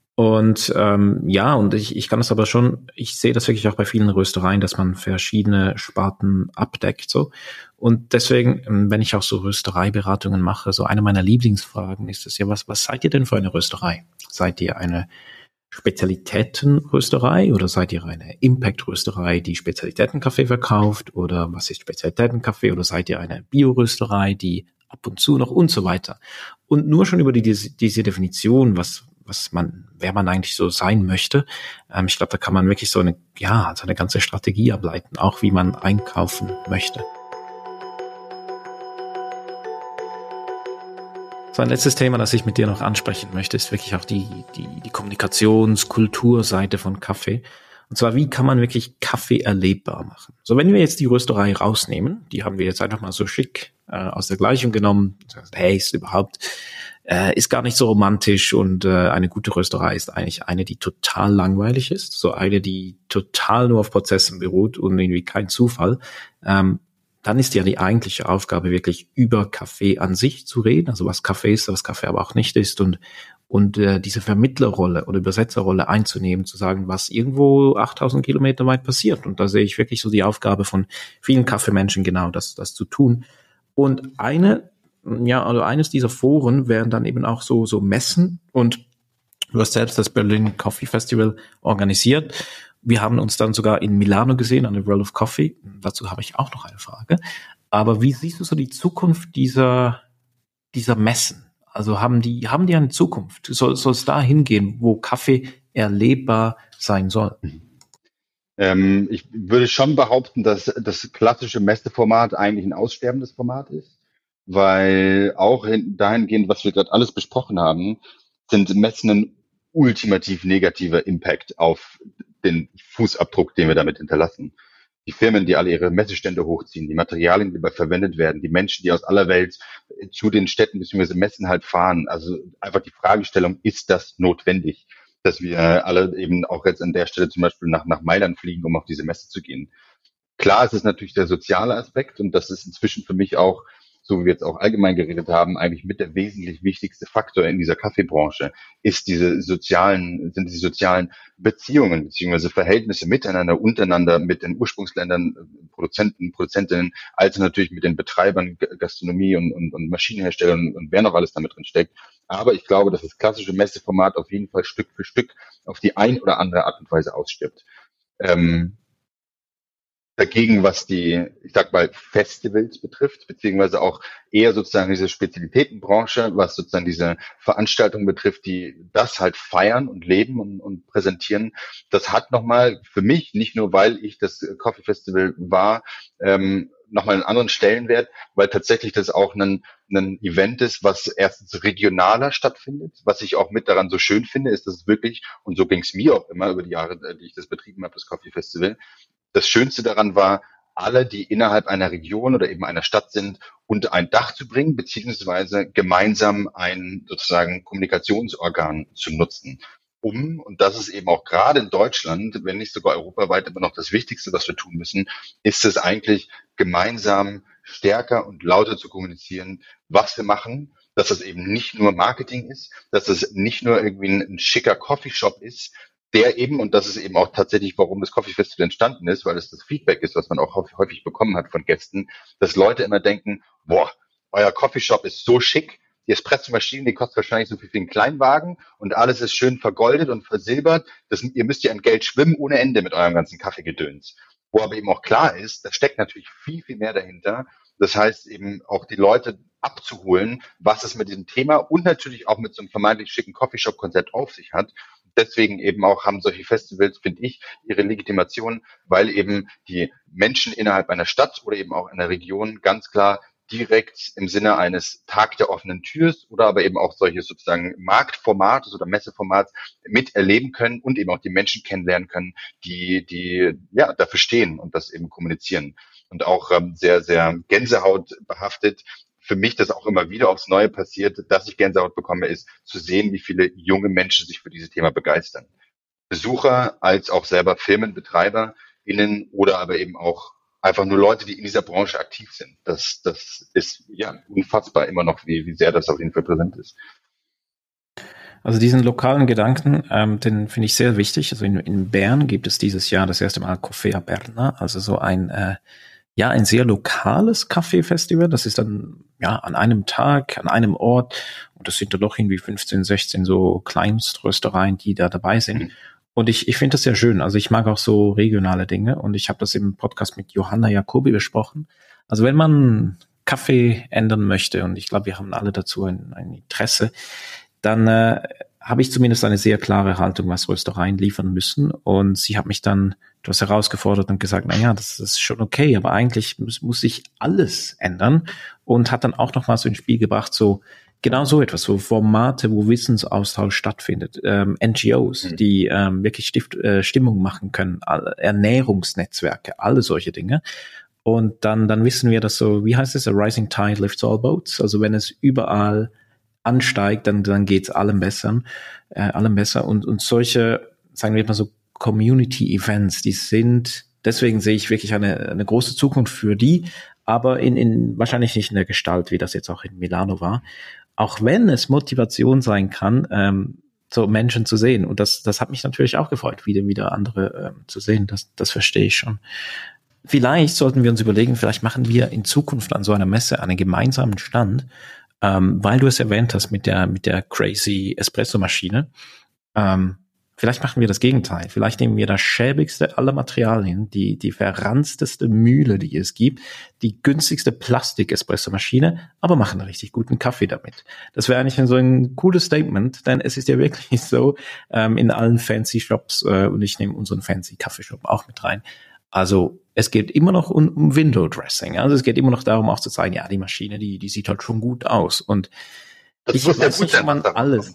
Und ähm, ja, und ich, ich kann das aber schon, ich sehe das wirklich auch bei vielen Röstereien, dass man verschiedene Sparten abdeckt. So. Und deswegen, wenn ich auch so Röstereiberatungen mache, so eine meiner Lieblingsfragen ist es ja, was, was seid ihr denn für eine Rösterei? Seid ihr eine Spezialitätenrösterei oder seid ihr eine Impact-Rösterei, die Spezialitätenkaffee verkauft? Oder was ist Spezialitätenkaffee? Oder seid ihr eine Bio-Rösterei, die ab und zu noch und so weiter? Und nur schon über die, diese, diese Definition, was was man, wer man eigentlich so sein möchte. Ähm, ich glaube, da kann man wirklich so eine, ja, so eine ganze Strategie ableiten, auch wie man einkaufen möchte. So ein letztes Thema, das ich mit dir noch ansprechen möchte, ist wirklich auch die, die, die Kommunikationskulturseite von Kaffee. Und zwar, wie kann man wirklich Kaffee erlebbar machen? So, wenn wir jetzt die Rösterei rausnehmen, die haben wir jetzt einfach mal so schick äh, aus der Gleichung genommen. Das heißt, hey, ist überhaupt, äh, ist gar nicht so romantisch und äh, eine gute Rösterei ist eigentlich eine, die total langweilig ist. So eine, die total nur auf Prozessen beruht und irgendwie kein Zufall. Ähm, dann ist ja die eigentliche Aufgabe wirklich über Kaffee an sich zu reden, also was Kaffee ist, was Kaffee aber auch nicht ist und und äh, diese Vermittlerrolle oder Übersetzerrolle einzunehmen, zu sagen, was irgendwo achttausend Kilometer weit passiert. Und da sehe ich wirklich so die Aufgabe von vielen Kaffeemenschen, genau das, das zu tun. Und eine, ja, also eines dieser Foren wären dann eben auch so, so Messen. Und du hast selbst das Berlin Coffee Festival organisiert. Wir haben uns dann sogar in Milano gesehen, an der World of Coffee. Dazu habe ich auch noch eine Frage. Aber wie siehst du so die Zukunft dieser, dieser Messen? Also haben die, haben die eine Zukunft? Soll, soll es da hingehen, wo Kaffee erlebbar sein soll? Ähm, ich würde schon behaupten, dass das klassische Messeformat eigentlich ein aussterbendes Format ist, weil auch hin, dahingehend, was wir gerade alles besprochen haben, sind Messen ein ultimativ negativer Impact auf den Fußabdruck, den wir damit hinterlassen. Die Firmen, die alle ihre Messestände hochziehen, die Materialien, die dabei verwendet werden, die Menschen, die aus aller Welt zu den Städten bzw. Messen halt fahren. Also einfach die Fragestellung, ist das notwendig, dass wir alle eben auch jetzt an der Stelle zum Beispiel nach, nach Mailand fliegen, um auf diese Messe zu gehen. Klar, es ist natürlich der soziale Aspekt und das ist inzwischen für mich auch, so wie wir jetzt auch allgemein geredet haben, eigentlich mit der wesentlich wichtigste Faktor in dieser Kaffeebranche ist diese sozialen, sind die sozialen Beziehungen beziehungsweise Verhältnisse miteinander, untereinander mit den Ursprungsländern, Produzenten, Produzentinnen, als natürlich mit den Betreibern, Gastronomie und, und, und Maschinenherstellern und, und wer noch alles damit drin steckt. Aber ich glaube, dass das klassische Messeformat auf jeden Fall Stück für Stück auf die ein oder andere Art und Weise ausstirbt. Ähm, Dagegen, was die, ich sag mal, Festivals betrifft, beziehungsweise auch eher sozusagen diese Spezialitätenbranche, was sozusagen diese Veranstaltungen betrifft, die das halt feiern und leben und, und präsentieren, das hat nochmal für mich, nicht nur weil ich das Coffee Festival war, ähm, nochmal einen anderen Stellenwert, weil tatsächlich das auch ein, ein Event ist, was erstens regionaler stattfindet. Was ich auch mit daran so schön finde, ist, dass es wirklich, und so ging es mir auch immer über die Jahre, die ich das betrieben habe, das Coffee Festival, das Schönste daran war, alle, die innerhalb einer Region oder eben einer Stadt sind, unter ein Dach zu bringen, beziehungsweise gemeinsam ein sozusagen Kommunikationsorgan zu nutzen. Um, und das ist eben auch gerade in Deutschland, wenn nicht sogar europaweit immer noch das Wichtigste, was wir tun müssen, ist es eigentlich gemeinsam stärker und lauter zu kommunizieren, was wir machen, dass es eben nicht nur Marketing ist, dass es nicht nur irgendwie ein, ein schicker Coffeeshop ist, der eben, und das ist eben auch tatsächlich, warum das Coffee Festival entstanden ist, weil es das Feedback ist, was man auch häufig bekommen hat von Gästen, dass Leute immer denken, boah, euer Coffeeshop ist so schick, die Espresso-Maschine, die kostet wahrscheinlich so viel wie ein Kleinwagen und alles ist schön vergoldet und versilbert. Das, ihr müsst ja im Geld schwimmen ohne Ende mit eurem ganzen Kaffeegedöns. Wo aber eben auch klar ist, da steckt natürlich viel, viel mehr dahinter. Das heißt eben auch die Leute abzuholen, was es mit diesem Thema und natürlich auch mit so einem vermeintlich schicken Coffeeshop-Konzept auf sich hat. Deswegen eben auch haben solche Festivals, finde ich, ihre Legitimation, weil eben die Menschen innerhalb einer Stadt oder eben auch einer Region ganz klar direkt im Sinne eines Tag der offenen Türs oder aber eben auch solches sozusagen Marktformates oder Messeformats miterleben können und eben auch die Menschen kennenlernen können, die, die ja dafür stehen und das eben kommunizieren. Und auch ähm, sehr, sehr Gänsehaut behaftet. Für mich das auch immer wieder aufs Neue passiert, dass ich Gänsehaut bekomme, ist zu sehen, wie viele junge Menschen sich für dieses Thema begeistern. Besucher als auch selber FirmenbetreiberInnen oder aber eben auch einfach nur Leute, die in dieser Branche aktiv sind. Das, das ist ja unfassbar immer noch, wie, wie sehr das auf jeden Fall präsent ist. Also diesen lokalen Gedanken, ähm, den finde ich sehr wichtig. Also in, in Bern gibt es dieses Jahr das erste Mal Coffea Berna, also so ein äh, ja ein sehr lokales Kaffeefestival. Das ist dann ja an einem Tag, an einem Ort und das sind dann doch irgendwie fünfzehn, sechzehn so Kleinströstereien, die da dabei sind. Mhm. Und ich, ich finde das sehr schön. Also ich mag auch so regionale Dinge und ich habe das im Podcast mit Johanna Jacobi besprochen. Also wenn man Kaffee ändern möchte und ich glaube, wir haben alle dazu ein, ein Interesse, dann äh, habe ich zumindest eine sehr klare Haltung, was Röstereien liefern müssen. Und sie hat mich dann etwas herausgefordert und gesagt, na ja, das ist schon okay, aber eigentlich muss, muss sich alles ändern und hat dann auch noch mal so ins Spiel gebracht, so Genau so etwas, so Formate, wo Wissensaustausch stattfindet, ähm, N G Os, mhm. die ähm, wirklich Stift, äh, Stimmung machen können, Ernährungsnetzwerke, alle solche Dinge. Und dann, dann wissen wir, dass so, wie heißt es, a rising tide lifts all boats. Also wenn es überall ansteigt, dann, dann geht's allem besser, äh, allem besser. Und, und solche, sagen wir mal so, Community-Events, die sind, deswegen sehe ich wirklich eine, eine große Zukunft für die, aber in, in, wahrscheinlich nicht in der Gestalt, wie das jetzt auch in Milano war. Auch wenn es Motivation sein kann, ähm, so Menschen zu sehen. Und das, das hat mich natürlich auch gefreut, wieder, wieder andere ähm, zu sehen. Das, das verstehe ich schon. Vielleicht sollten wir uns überlegen, vielleicht machen wir in Zukunft an so einer Messe einen gemeinsamen Stand, ähm, weil du es erwähnt hast mit der, mit der crazy Espresso-Maschine. Ähm, Vielleicht machen wir das Gegenteil. Vielleicht nehmen wir das schäbigste aller Materialien, die, die verranzteste Mühle, die es gibt, die günstigste Plastik-Espresso-Maschine, aber machen einen richtig guten Kaffee damit. Das wäre eigentlich so ein cooles Statement, denn es ist ja wirklich so, ähm, in allen fancy Shops, äh, und ich nehme unseren fancy Kaffeeshop auch mit rein. Also, es geht immer noch um, um Window Dressing. Also, es geht immer noch darum, auch zu zeigen, ja, die Maschine, die, die sieht halt schon gut aus. Und das ich weiß nicht, ob man alles,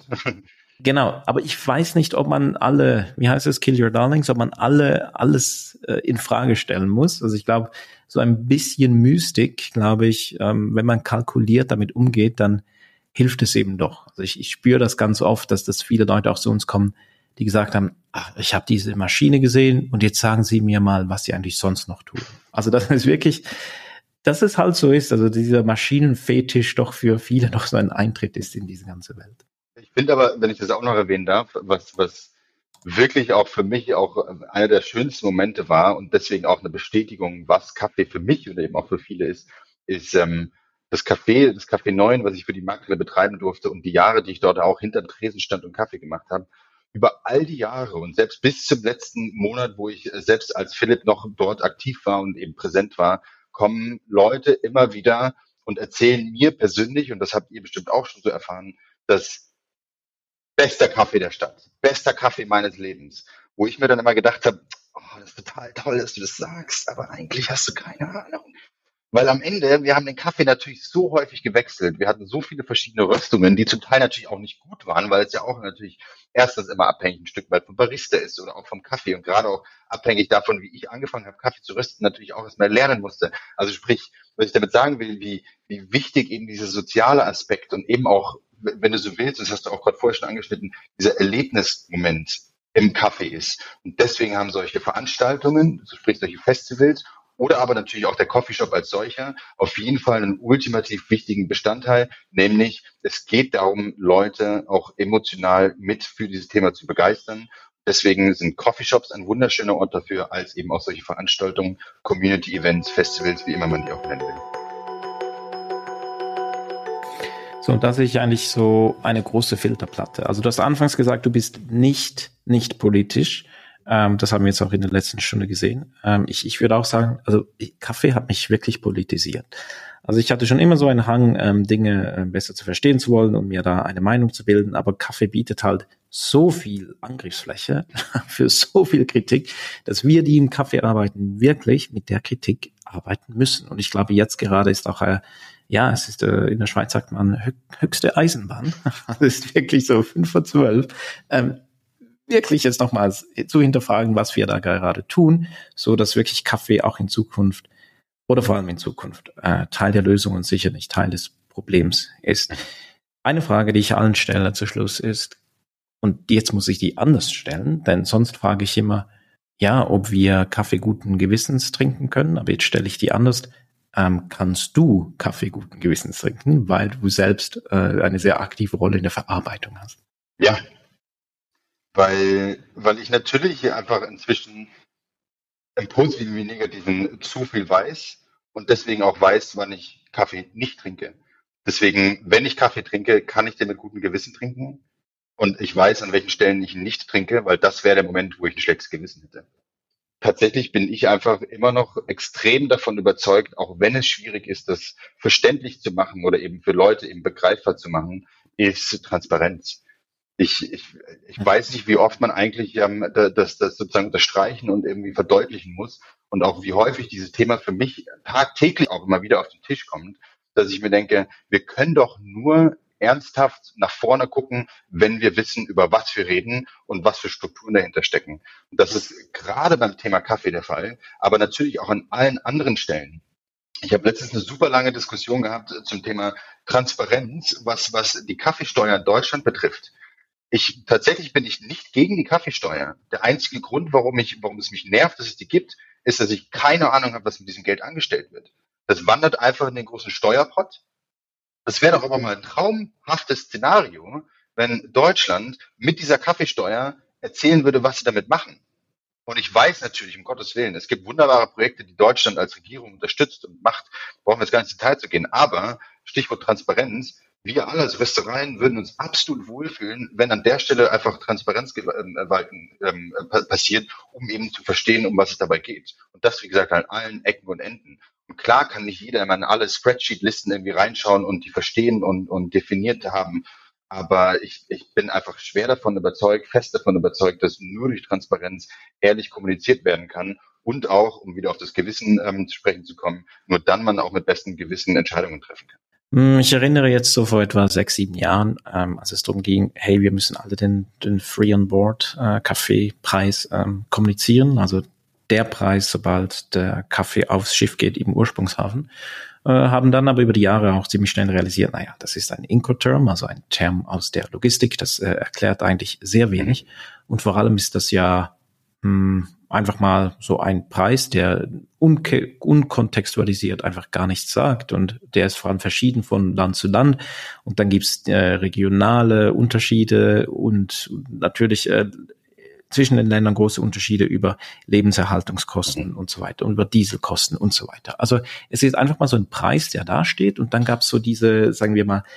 Genau, aber ich weiß nicht, ob man alle, wie heißt es, Kill Your Darlings, ob man alle alles äh, in Frage stellen muss. Also ich glaube, so ein bisschen Mystik, glaube ich, ähm, wenn man kalkuliert damit umgeht, dann hilft es eben doch. Also ich, ich spüre das ganz oft, dass das viele Leute auch zu uns kommen, die gesagt haben, ach, ich habe diese Maschine gesehen und jetzt sagen Sie mir mal, was Sie eigentlich sonst noch tun. Also das ist wirklich, dass es halt so ist, also dieser Maschinenfetisch doch für viele noch so ein Eintritt ist in diese ganze Welt. Ich finde aber, wenn ich das auch noch erwähnen darf, was, was wirklich auch für mich auch einer der schönsten Momente war und deswegen auch eine Bestätigung, was Kaffee für mich oder eben auch für viele ist, ist ähm, das Café, das Café neun, was ich für die Markthalle betreiben durfte und die Jahre, die ich dort auch hinter dem Tresen stand und Kaffee gemacht habe. Über all die Jahre und selbst bis zum letzten Monat, wo ich selbst als Philipp noch dort aktiv war und eben präsent war, kommen Leute immer wieder und erzählen mir persönlich, und das habt ihr bestimmt auch schon so erfahren, dass bester Kaffee der Stadt, bester Kaffee meines Lebens, wo ich mir dann immer gedacht habe, oh, das ist total toll, dass du das sagst, aber eigentlich hast du keine Ahnung. Weil am Ende, wir haben den Kaffee natürlich so häufig gewechselt, wir hatten so viele verschiedene Röstungen, die zum Teil natürlich auch nicht gut waren, weil es ja auch natürlich erstens immer abhängig ein Stück weit vom Barista ist oder auch vom Kaffee und gerade auch abhängig davon, wie ich angefangen habe, Kaffee zu rösten, natürlich auch erstmal lernen musste. Also sprich, was ich damit sagen will, wie, wie wichtig eben dieser soziale Aspekt und eben auch, wenn du so willst, das hast du auch gerade vorher schon angeschnitten, dieser Erlebnismoment im Kaffee ist. Und deswegen haben solche Veranstaltungen, so sprich solche Festivals oder aber natürlich auch der Coffeeshop als solcher auf jeden Fall einen ultimativ wichtigen Bestandteil, nämlich es geht darum, Leute auch emotional mit für dieses Thema zu begeistern. Deswegen sind Coffeeshops ein wunderschöner Ort dafür, als eben auch solche Veranstaltungen, Community-Events, Festivals, wie immer man die auch nennen will. So, da sehe ich eigentlich so eine große Filterplatte. Also du hast anfangs gesagt, du bist nicht, nicht politisch. Ähm, das haben wir jetzt auch in der letzten Stunde gesehen. Ähm, ich, ich würde auch sagen, also Kaffee hat mich wirklich politisiert. Also ich hatte schon immer so einen Hang, ähm, Dinge äh, besser zu verstehen zu wollen und mir da eine Meinung zu bilden, aber Kaffee bietet halt so viel Angriffsfläche für so viel Kritik, dass wir, die im Kaffee arbeiten, wirklich mit der Kritik arbeiten müssen. Und ich glaube, jetzt gerade ist auch, äh, ja, es ist, äh, in der Schweiz sagt man, hö- höchste Eisenbahn. Das ist wirklich so fünf vor zwölf. Ähm, wirklich jetzt nochmals zu hinterfragen, was wir da gerade tun, so dass wirklich Kaffee auch in Zukunft oder vor allem in Zukunft äh, Teil der Lösung und sicher nicht Teil des Problems ist. Eine Frage, die ich allen stelle zu Schluss ist, und jetzt muss ich die anders stellen, denn sonst frage ich immer, ja, ob wir Kaffee guten Gewissens trinken können, aber jetzt stelle ich die anders. Ähm, kannst du Kaffee guten Gewissens trinken, weil du selbst äh, eine sehr aktive Rolle in der Verarbeitung hast? Ja, weil, weil ich natürlich hier einfach inzwischen im positiven wie negativen zu viel weiß und deswegen auch weiß, wann ich Kaffee nicht trinke. Deswegen, wenn ich Kaffee trinke, kann ich den mit gutem Gewissen trinken und ich weiß, an welchen Stellen ich ihn nicht trinke, weil das wäre der Moment, wo ich ein schlechtes Gewissen hätte. Tatsächlich bin ich einfach immer noch extrem davon überzeugt, auch wenn es schwierig ist, das verständlich zu machen oder eben für Leute eben begreifbar zu machen, ist Transparenz. Ich, ich, ich weiß nicht, wie oft man eigentlich ähm, das, das sozusagen unterstreichen und irgendwie verdeutlichen muss und auch wie häufig dieses Thema für mich tagtäglich auch immer wieder auf den Tisch kommt, dass ich mir denke, wir können doch nur ernsthaft nach vorne gucken, wenn wir wissen, über was wir reden und was für Strukturen dahinter stecken. Und das ist gerade beim Thema Kaffee der Fall, aber natürlich auch an allen anderen Stellen. Ich habe letztens eine super lange Diskussion gehabt zum Thema Transparenz, was, was die Kaffeesteuer in Deutschland betrifft. Ich, tatsächlich bin ich nicht gegen die Kaffeesteuer. Der einzige Grund, warum ich, warum es mich nervt, dass es die gibt, ist, dass ich keine Ahnung habe, was mit diesem Geld angestellt wird. Das wandert einfach in den großen Steuerpott. Das wäre doch aber mal ein traumhaftes Szenario, wenn Deutschland mit dieser Kaffeesteuer erzählen würde, was sie damit machen. Und ich weiß natürlich, um Gottes Willen, es gibt wunderbare Projekte, die Deutschland als Regierung unterstützt und macht. Brauchen wir jetzt gar nicht ins Detail zu gehen. Aber Stichwort Transparenz. Wir alle als Röstereien würden uns absolut wohlfühlen, wenn an der Stelle einfach Transparenz ähm, passiert, um eben zu verstehen, um was es dabei geht. Und das, wie gesagt, an allen Ecken und Enden. Und klar kann nicht jeder immer in alle Spreadsheet-Listen irgendwie reinschauen und die verstehen und, und definiert haben. Aber ich, ich bin einfach schwer davon überzeugt, fest davon überzeugt, dass nur durch Transparenz ehrlich kommuniziert werden kann und auch, um wieder auf das Gewissen ähm, zu sprechen zu kommen, nur dann man auch mit bestem Gewissen Entscheidungen treffen kann. Ich erinnere jetzt so vor etwa sechs, sieben Jahren, ähm, als es darum ging, hey, wir müssen alle den, den Free-on-Board-Kaffeepreis äh, ähm, kommunizieren, also der Preis, sobald der Kaffee aufs Schiff geht im Ursprungshafen, äh, haben dann aber über die Jahre auch ziemlich schnell realisiert, naja, das ist ein Incoterm, also ein Term aus der Logistik, das äh, erklärt eigentlich sehr wenig und vor allem ist das ja mh, einfach mal so ein Preis, der unke- unkontextualisiert einfach gar nichts sagt und der ist vor allem verschieden von Land zu Land und dann gibt's äh, regionale Unterschiede und natürlich äh, zwischen den Ländern große Unterschiede über Lebenserhaltungskosten und so weiter und über Dieselkosten und so weiter. Also es ist einfach mal so ein Preis, der da steht und dann gab's so diese, sagen wir mal,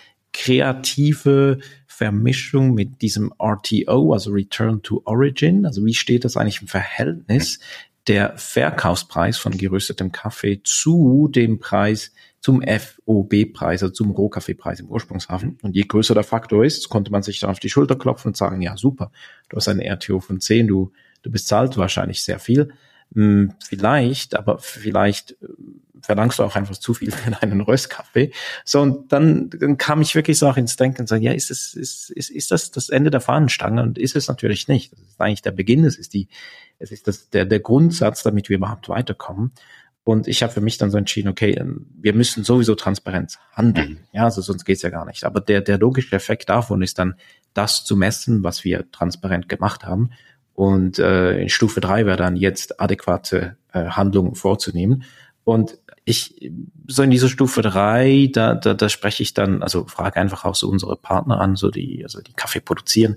kreative Vermischung mit diesem R T O, also Return to Origin. Also wie steht das eigentlich im Verhältnis der Verkaufspreis von geröstetem Kaffee zu dem Preis, zum F O B-Preis, also zum Rohkaffeepreis im Ursprungshafen. Und je größer der Faktor ist, konnte man sich dann auf die Schulter klopfen und sagen, ja super, du hast eine R T O von zehn, du, du bezahlst wahrscheinlich sehr viel. Hm, vielleicht, aber vielleicht verlangst du auch einfach zu viel für einen Röstkaffee. So, und dann, dann kam ich wirklich so auch ins Denken und sagen, ja, ist es, ist, ist, ist das das Ende der Fahnenstange? Und ist es natürlich nicht. Das ist eigentlich der Beginn, es ist die, es ist das, der, der Grundsatz, damit wir überhaupt weiterkommen. Und ich habe für mich dann so entschieden, okay, wir müssen sowieso Transparenz handeln. Ja, also sonst geht's ja gar nicht. Aber der, der logische Effekt davon ist dann, das zu messen, was wir transparent gemacht haben. Und äh, in Stufe drei wäre dann jetzt adäquate äh, Handlungen vorzunehmen. Und ich, so in dieser Stufe drei, da, da, da spreche ich dann, also frage einfach auch so unsere Partner an, so die, also die Kaffee produzieren.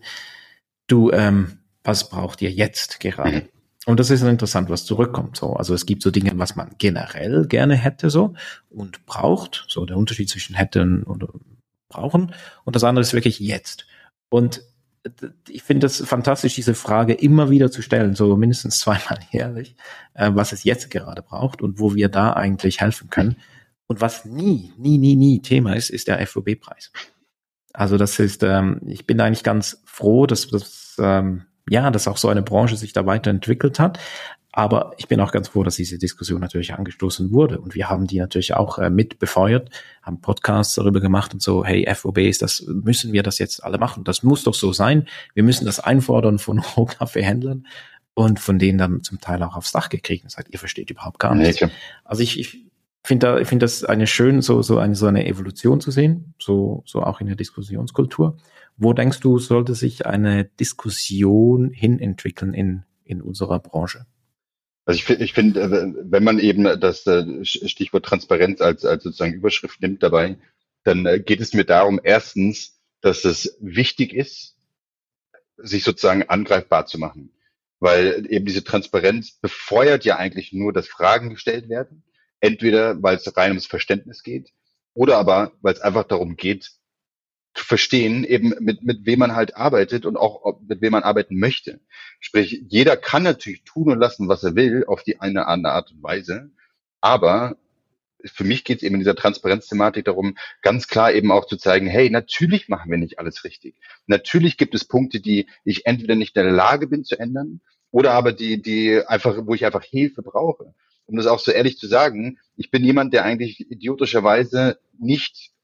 Du, ähm, was braucht ihr jetzt gerade? Mhm. Und das ist interessant, was zurückkommt. So, also es gibt so Dinge, was man generell gerne hätte so und braucht. So der Unterschied zwischen hätten und brauchen. Und das andere ist wirklich jetzt. Und ich finde das fantastisch, diese Frage immer wieder zu stellen, so mindestens zweimal jährlich, äh, was es jetzt gerade braucht und wo wir da eigentlich helfen können. Und was nie, nie, nie, nie Thema ist, ist der F O B-Preis. Also das ist, ähm, ich bin eigentlich ganz froh, dass das, ähm, ja, dass auch so eine Branche sich da weiterentwickelt hat. Aber ich bin auch ganz froh, dass diese Diskussion natürlich angestoßen wurde. Und wir haben die natürlich auch äh, mit befeuert, haben Podcasts darüber gemacht und so, hey, F O B ist das, müssen wir das jetzt alle machen? Das muss doch so sein. Wir müssen das einfordern von Rohkaffeehändlern und von denen dann zum Teil auch aufs Dach gekriegt und sagt, ihr versteht überhaupt gar nichts. Nee, also ich, ich finde da, ich finde das eine schön, so, so eine, so eine Evolution zu sehen, so, so auch in der Diskussionskultur. Wo denkst du, sollte sich eine Diskussion hin entwickeln in, in unserer Branche? Also ich finde, ich finde, wenn man eben das Stichwort Transparenz als, als sozusagen Überschrift nimmt dabei, dann geht es mir darum, erstens, dass es wichtig ist, sich sozusagen angreifbar zu machen. Weil eben diese Transparenz befeuert ja eigentlich nur, dass Fragen gestellt werden. Entweder, weil es rein ums Verständnis geht, oder aber, weil es einfach darum geht, zu verstehen, eben mit, mit wem man halt arbeitet und auch mit wem man arbeiten möchte. Sprich, jeder kann natürlich tun und lassen, was er will, auf die eine oder andere Art und Weise. Aber für mich geht es eben in dieser Transparenzthematik darum, ganz klar eben auch zu zeigen, hey, natürlich machen wir nicht alles richtig. Natürlich gibt es Punkte, die ich entweder nicht in der Lage bin zu ändern oder aber die, die einfach, wo ich einfach Hilfe brauche. Um das auch so ehrlich zu sagen, ich bin jemand, der eigentlich idiotischerweise nicht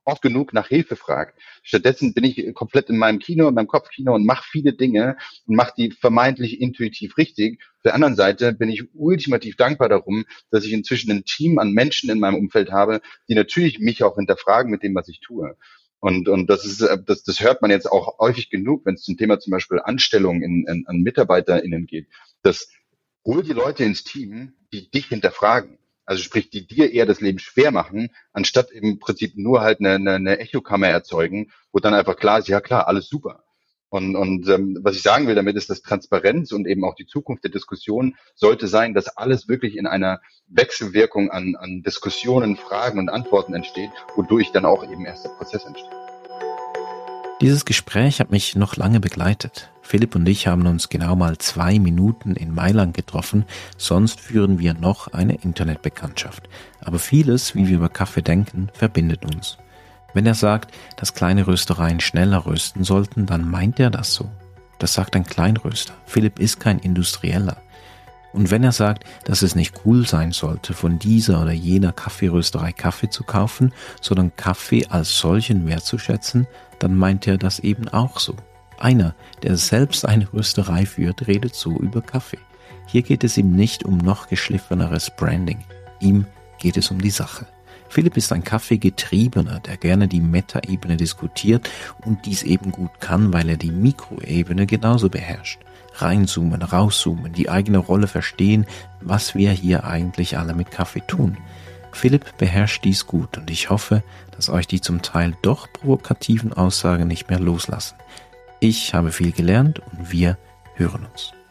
oft genug nach Hilfe frage. Stattdessen bin ich komplett in meinem Kino, in meinem Kopfkino und mache viele Dinge und mache die vermeintlich intuitiv richtig. Auf der anderen Seite bin ich ultimativ dankbar darum, dass ich inzwischen ein Team an Menschen in meinem Umfeld habe, die natürlich mich auch hinterfragen mit dem, was ich tue. Und, und das ist, das, das hört man jetzt auch häufig genug, wenn es zum Thema zum Beispiel Anstellung in, in, an MitarbeiterInnen geht. Das hol die Leute ins Team, die dich hinterfragen. Also sprich, die dir eher das Leben schwer machen, anstatt im Prinzip nur halt eine, eine, eine Echokammer erzeugen, wo dann einfach klar ist, ja klar, alles super. Und, und ähm, was ich sagen will damit ist, dass Transparenz und eben auch die Zukunft der Diskussion sollte sein, dass alles wirklich in einer Wechselwirkung an, an Diskussionen, Fragen und Antworten entsteht, wodurch dann auch eben erst der Prozess entsteht. Dieses Gespräch hat mich noch lange begleitet. Philipp und ich haben uns genau mal zwei Minuten in Mailand getroffen, sonst führen wir noch eine Internetbekanntschaft. Aber vieles, wie wir über Kaffee denken, verbindet uns. Wenn er sagt, dass kleine Röstereien schneller rösten sollten, dann meint er das so. Das sagt ein Kleinröster. Philipp ist kein Industrieller. Und wenn er sagt, dass es nicht cool sein sollte, von dieser oder jener Kaffeerösterei Kaffee zu kaufen, sondern Kaffee als solchen wertzuschätzen, dann meint er das eben auch so. Einer, der selbst eine Rösterei führt, redet so über Kaffee. Hier geht es ihm nicht um noch geschliffeneres Branding. Ihm geht es um die Sache. Philipp ist ein Kaffeegetriebener, der gerne die Meta-Ebene diskutiert und dies eben gut kann, weil er die Mikroebene genauso beherrscht. Reinzoomen, rauszoomen, die eigene Rolle verstehen, was wir hier eigentlich alle mit Kaffee tun. Philipp beherrscht dies gut und ich hoffe, dass euch die zum Teil doch provokativen Aussagen nicht mehr loslassen. Ich habe viel gelernt und wir hören uns.